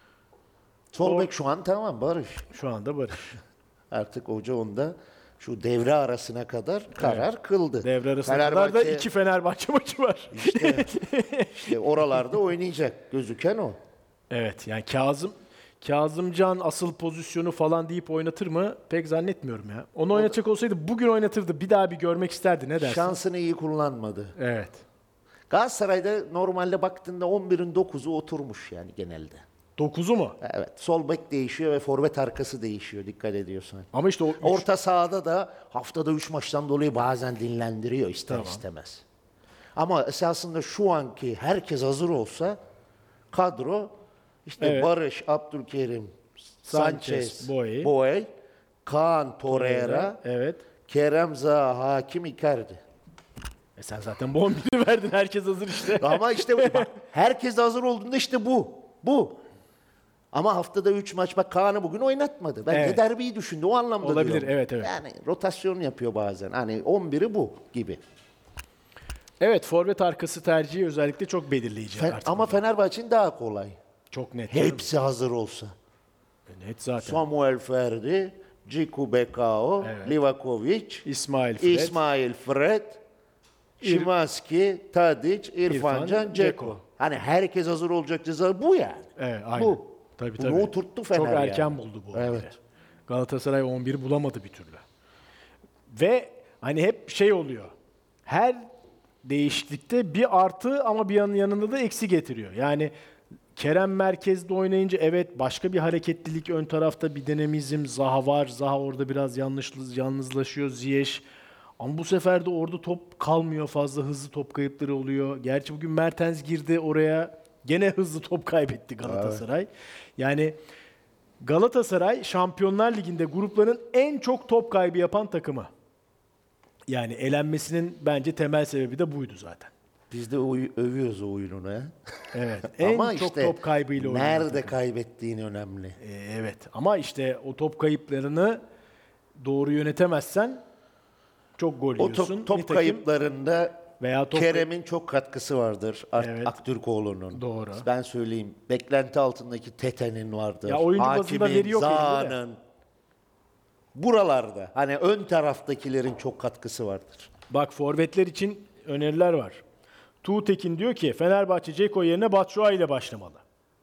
Sol bek şu an tamam Barış. Şu anda Barış. Artık hoca onda şu devre arasına kadar karar kıldı. Devre arasına kadar da 2 Fenerbahçe maçı var. İşte oralarda oynayacak gözüken o. Evet yani Kazımcan asıl pozisyonu falan deyip oynatır mı? Pek zannetmiyorum ya. Onu oynatacak olsaydı bugün oynatırdı. Bir daha bir görmek isterdi. Ne dersin? Şansını iyi kullanmadı. Evet. Galatasaray'da normalde baktığında 11'in 9'u oturmuş yani genelde. 9'u mu? Evet. Sol bek değişiyor ve forvet arkası değişiyor dikkat ediyorsan. Ama işte o Orta sahada da haftada 3 maçtan dolayı bazen dinlendiriyor ister istemez. Ama esasında şu anki herkes hazır olsa kadro işte Barış, Abdülkerim, Sanchez, Boey, Kaan, Torreira, Evet. Kerem, Zaha, Hakim, Icardi. Sen zaten bu 11'i verdin. Herkes hazır işte. Ama işte bak, herkes hazır olduğunda işte bu. Bu. Ama haftada 3 maç bak Kaan'ı bugün oynatmadı. Bence derbiyi düşündü o anlamda Olabilir, diyorum. evet. Yani rotasyon yapıyor bazen. Hani 11'i bu gibi. Evet, forvet arkası tercihi özellikle çok belirleyici artık. Ama Fenerbahçe'nin daha kolay. Çok net. Hepsi hazır olsa. Net zaten. Samuel Ferdi, Ciku Bekao, Livakovic, İsmail Fred, Szymański, Tadic, İrfan Can, Dzeko. Hani herkes hazır olacak ceza bu yani. Evet, aynen. Bu. Tabii. Bunu oturttu Fener Çok erken yani. buldu bu. Evet. 11'i. Galatasaray 11 bulamadı bir türlü. Ve hani hep şey oluyor. Her değişiklikte bir artı ama bir yanında da eksi getiriyor. Yani Kerem merkezde oynayınca evet başka bir hareketlilik ön tarafta bir dinamizm. Zaha var. Zaha orada biraz yalnızlaşıyor. Ziyech. Ama bu sefer de orada top kalmıyor fazla. Hızlı top kayıpları oluyor. Gerçi bugün Mertens girdi oraya. Gene hızlı top kaybetti Galatasaray. Evet. Yani Galatasaray Şampiyonlar Ligi'nde grupların en çok top kaybı yapan takımı. Yani elenmesinin bence temel sebebi de buydu zaten. Biz de övüyoruz o oyununu. He? Evet. En ama çok işte top kaybıyla oynadı. Nerede kaybettiğin önemli. Evet. Ama işte o top kayıplarını doğru yönetemezsen çok gol yiyorsun. O top kayıplarında veya Kerem'in çok katkısı vardır. Aktürkoğlu'nun. Doğru. Ben söyleyeyim. Beklenti altındaki Tete'nin vardır. Ya oyuncu bazında veri yok Zaha'nın. Buralarda. Hani ön taraftakilerin çok katkısı vardır. Bak forvetler için öneriler var. Tuğtekin diyor ki Fenerbahçe Dzeko yerine Batshuayi ile başlamalı.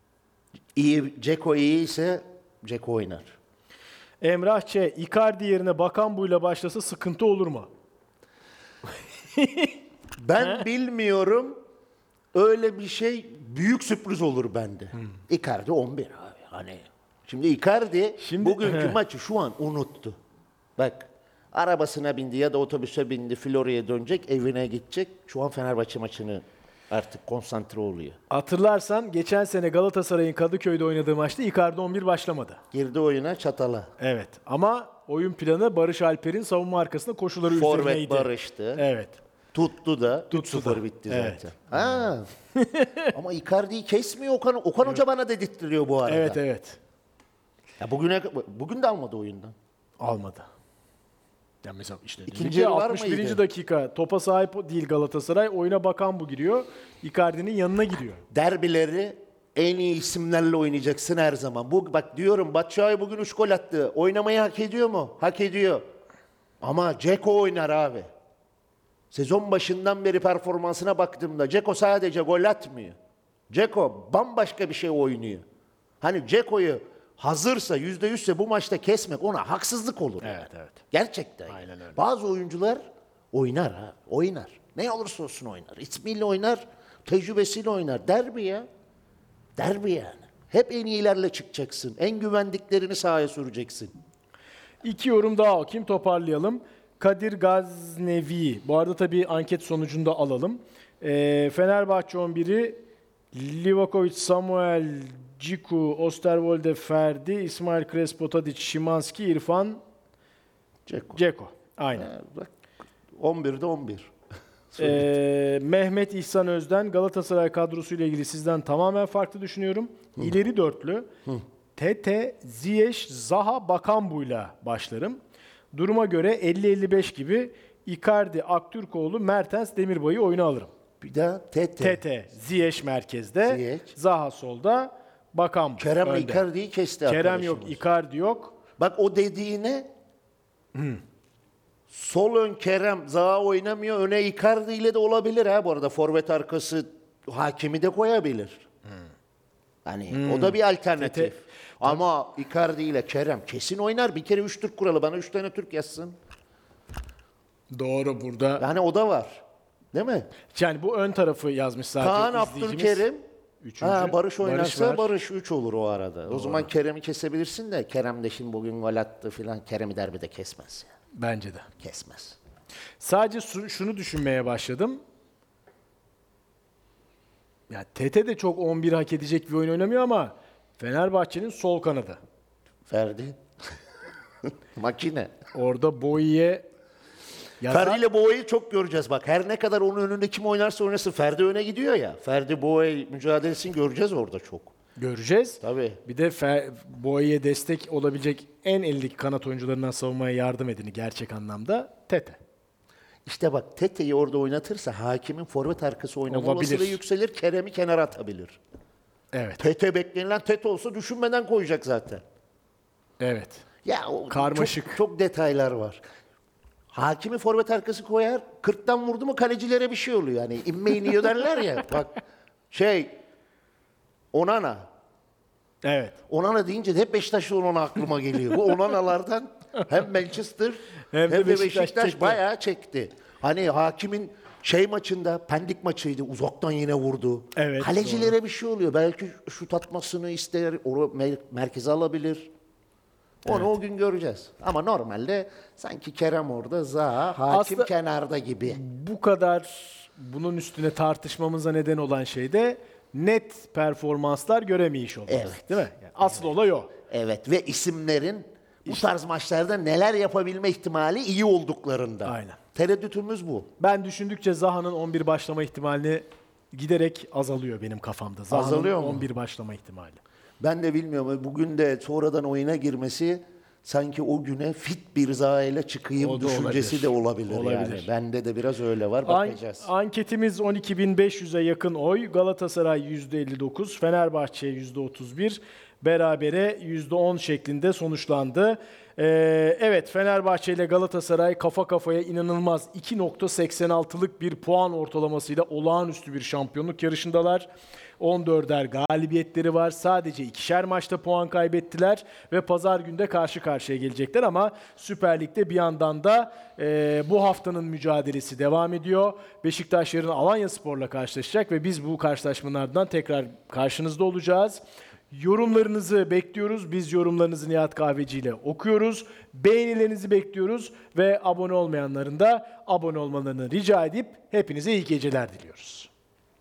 Dzeko iyi ise Dzeko oynar. Emrah Ç. Icardi yerine Bakambu ile başlasa sıkıntı olur mu? Ben bilmiyorum. Öyle bir şey büyük sürpriz olur bende. Icardi 11 abi. Hani şimdi Icardi bugünkü maçı şu an unuttu. Bak arabasına bindi ya da otobüse bindi, Florya'ya dönecek, evine gidecek. Şu an Fenerbahçe maçını artık konsantre oluyor. Hatırlarsan geçen sene Galatasaray'ın Kadıköy'de oynadığı maçta Icardi 11 başlamadı. Girdi oyuna çatala. Evet ama oyun planı Barış Alper'in savunma arkasında koşuları Forvet üzerineydi. barıştı. Evet. Tuttu da. Tuttu 3-0 da. bitti Evet. zaten. Ha. Ama Icardi'yi kesmiyor Okan. Okan Hoca bana dedirttiriyor bu arada. Evet evet. Ya bugün de almadı oyundan. Almadı. Ya mesela işte İkinci dedi ki yarı var 61. mıydı? dakika topa sahip değil Galatasaray. Oyuna bakan bu giriyor. Icardi'nin yanına gidiyor. Derbileri en iyi isimlerle oynayacaksın her zaman. Bak diyorum Batshuayi bugün 3 gol attı. Oynamayı hak ediyor mu? Hak ediyor. Ama Dzeko oynar abi. Sezon başından beri performansına baktığımda Dzeko sadece gol atmıyor. Dzeko bambaşka bir şey oynuyor. Hani Dzeko'yu hazırsa, %100'se bu maçta kesmek ona haksızlık olur. Evet evet. Gerçekten. Aynen öyle. Bazı oyuncular oynar ha. Oynar. Ne olursa olsun oynar. İsmiyle oynar, tecrübesiyle oynar. Derbi ya. Derbi yani. Hep en iyilerle çıkacaksın. En güvendiklerini sahaya süreceksin. 2 yorum daha okuyayım, toparlayalım. Kadir Gaznevi. Bu arada tabii anket sonucunda alalım. Fenerbahçe 11'i Livakovic, Samuel, Ciku, Osterwolde, Ferdi, İsmail Crespo, Tadic, Şimanski, İrfan, Dzeko. Ceko. Aynen. Bak, 11'de 11. Mehmet İhsan Özden, Galatasaray kadrosuyla ilgili sizden tamamen farklı düşünüyorum. İleri dörtlü. Tete, Ziyech, Zaha, Bakambu'yla başlarım. Duruma göre 50-55 gibi Icardi, Aktürkoğlu, Mertens, Demirbay'ı oyuna alırım. Bir daha Tete. Tete, Ziyech merkezde, Ziyech. Zaha solda, Bakambu Kerem önde. Icardi'yi kesti Kerem yok, arkadaşımız. Icardi yok. Bak o dediğine sol ön Kerem Zaha oynamıyor. Öne Icardi ile de olabilir ha bu arada. Forvet arkası Hakimi de koyabilir. Hani o da bir alternatif. Tete- Ama Icardi ile Kerem kesin oynar. Bir kere 3 Türk kuralı. Bana 3 tane Türk yazsın. Doğru burada. Yani o da var. Değil mi? Yani bu ön tarafı yazmış zaten Kaan izleyicimiz. Abdülkerim. Üçüncü. Barış oynarsa var. Barış 3 olur o arada. O zaman Kerem'i kesebilirsin de Kerem de şimdi bugün gol attı filan. Kerem'i derbide kesmez. Yani. Bence de. Kesmez. Sadece şunu düşünmeye başladım. Ya Tete de çok 11 hak edecek bir oyun oynamıyor ama Fenerbahçe'nin sol kanadı. Ferdi. Makine. Orada Boyi'ye Ferdi ile Boğa'yı çok göreceğiz bak. Her ne kadar onun önünde kim oynarsa oynasın Ferdi öne gidiyor ya. Ferdi Boğa mücadelesini göreceğiz orada çok. göreceğiz. Tabii. Bir de Boyi'ye destek olabilecek en eldeki kanat oyuncularından savunmaya yardım edeni gerçek anlamda Tete. İşte bak Tete'yi orada oynatırsa hakimin forvet arkası oynama Olabilir. olasılığı yükselir. Kerem'i kenara atabilir. Evet. Tete beklenilen Tete olsa düşünmeden koyacak zaten. Evet. Ya o Karmaşık. Çok detaylar var. Hakimi forvet arkası koyar. 40'tan vurdu mu kalecilere bir şey oluyor. Yani inme iniyor derler ya. Bak Onana. Evet. Onana deyince de hep Beşiktaşlı Onana aklıma geliyor. Bu Onana'lardan hem Manchester hem de Beşiktaş çekti. bayağı çekti. Hani hakimin maçında, Pendik maçıydı. Uzaktan yine vurdu. Evet, Kalecilere bir şey oluyor. Belki şut atmasını ister, merkeze alabilir. Onu o gün göreceğiz. Ama normalde sanki Kerem orada, Zaha, hakim Aslında- kenarda gibi. Bu kadar bunun üstüne tartışmamıza neden olan şey de net performanslar göremeyiş olması. Evet. Değil mi? Yani asıl olay o. Evet ve isimlerin bu tarz maçlarda neler yapabilme ihtimali iyi olduklarında. Aynen. Tereddütümüz bu. Ben düşündükçe Zaha'nın 11 başlama ihtimali giderek azalıyor benim kafamda. Zaha'nın Azalıyor mu? 11 başlama ihtimali. Ben de bilmiyorum. Bugün de sonradan oyuna girmesi sanki o güne fit bir Zaha ile çıkayım O da düşüncesi olabilir. de olabilir, Olabilir. yani. Bende de biraz öyle var. Bakacağız. Anketimiz 12.500'e yakın oy. Galatasaray %59, Fenerbahçe %31, berabere %10 şeklinde sonuçlandı. Evet, Fenerbahçe ile Galatasaray kafa kafaya inanılmaz 2.86'lık bir puan ortalamasıyla olağanüstü bir şampiyonluk yarışındalar. 14'er galibiyetleri var. Sadece 2'şer maçta puan kaybettiler ve pazar günde karşı karşıya gelecekler ama Süper Lig'de bir yandan da bu haftanın mücadelesi devam ediyor. Beşiktaş yarın Alanyaspor'la karşılaşacak ve biz bu karşılaşmalardan tekrar karşınızda olacağız. Yorumlarınızı bekliyoruz. Biz yorumlarınızı Nihat Kahveci ile okuyoruz. Beğenilerinizi bekliyoruz ve abone olmayanların da abone olmalarını rica edip hepinize iyi geceler diliyoruz.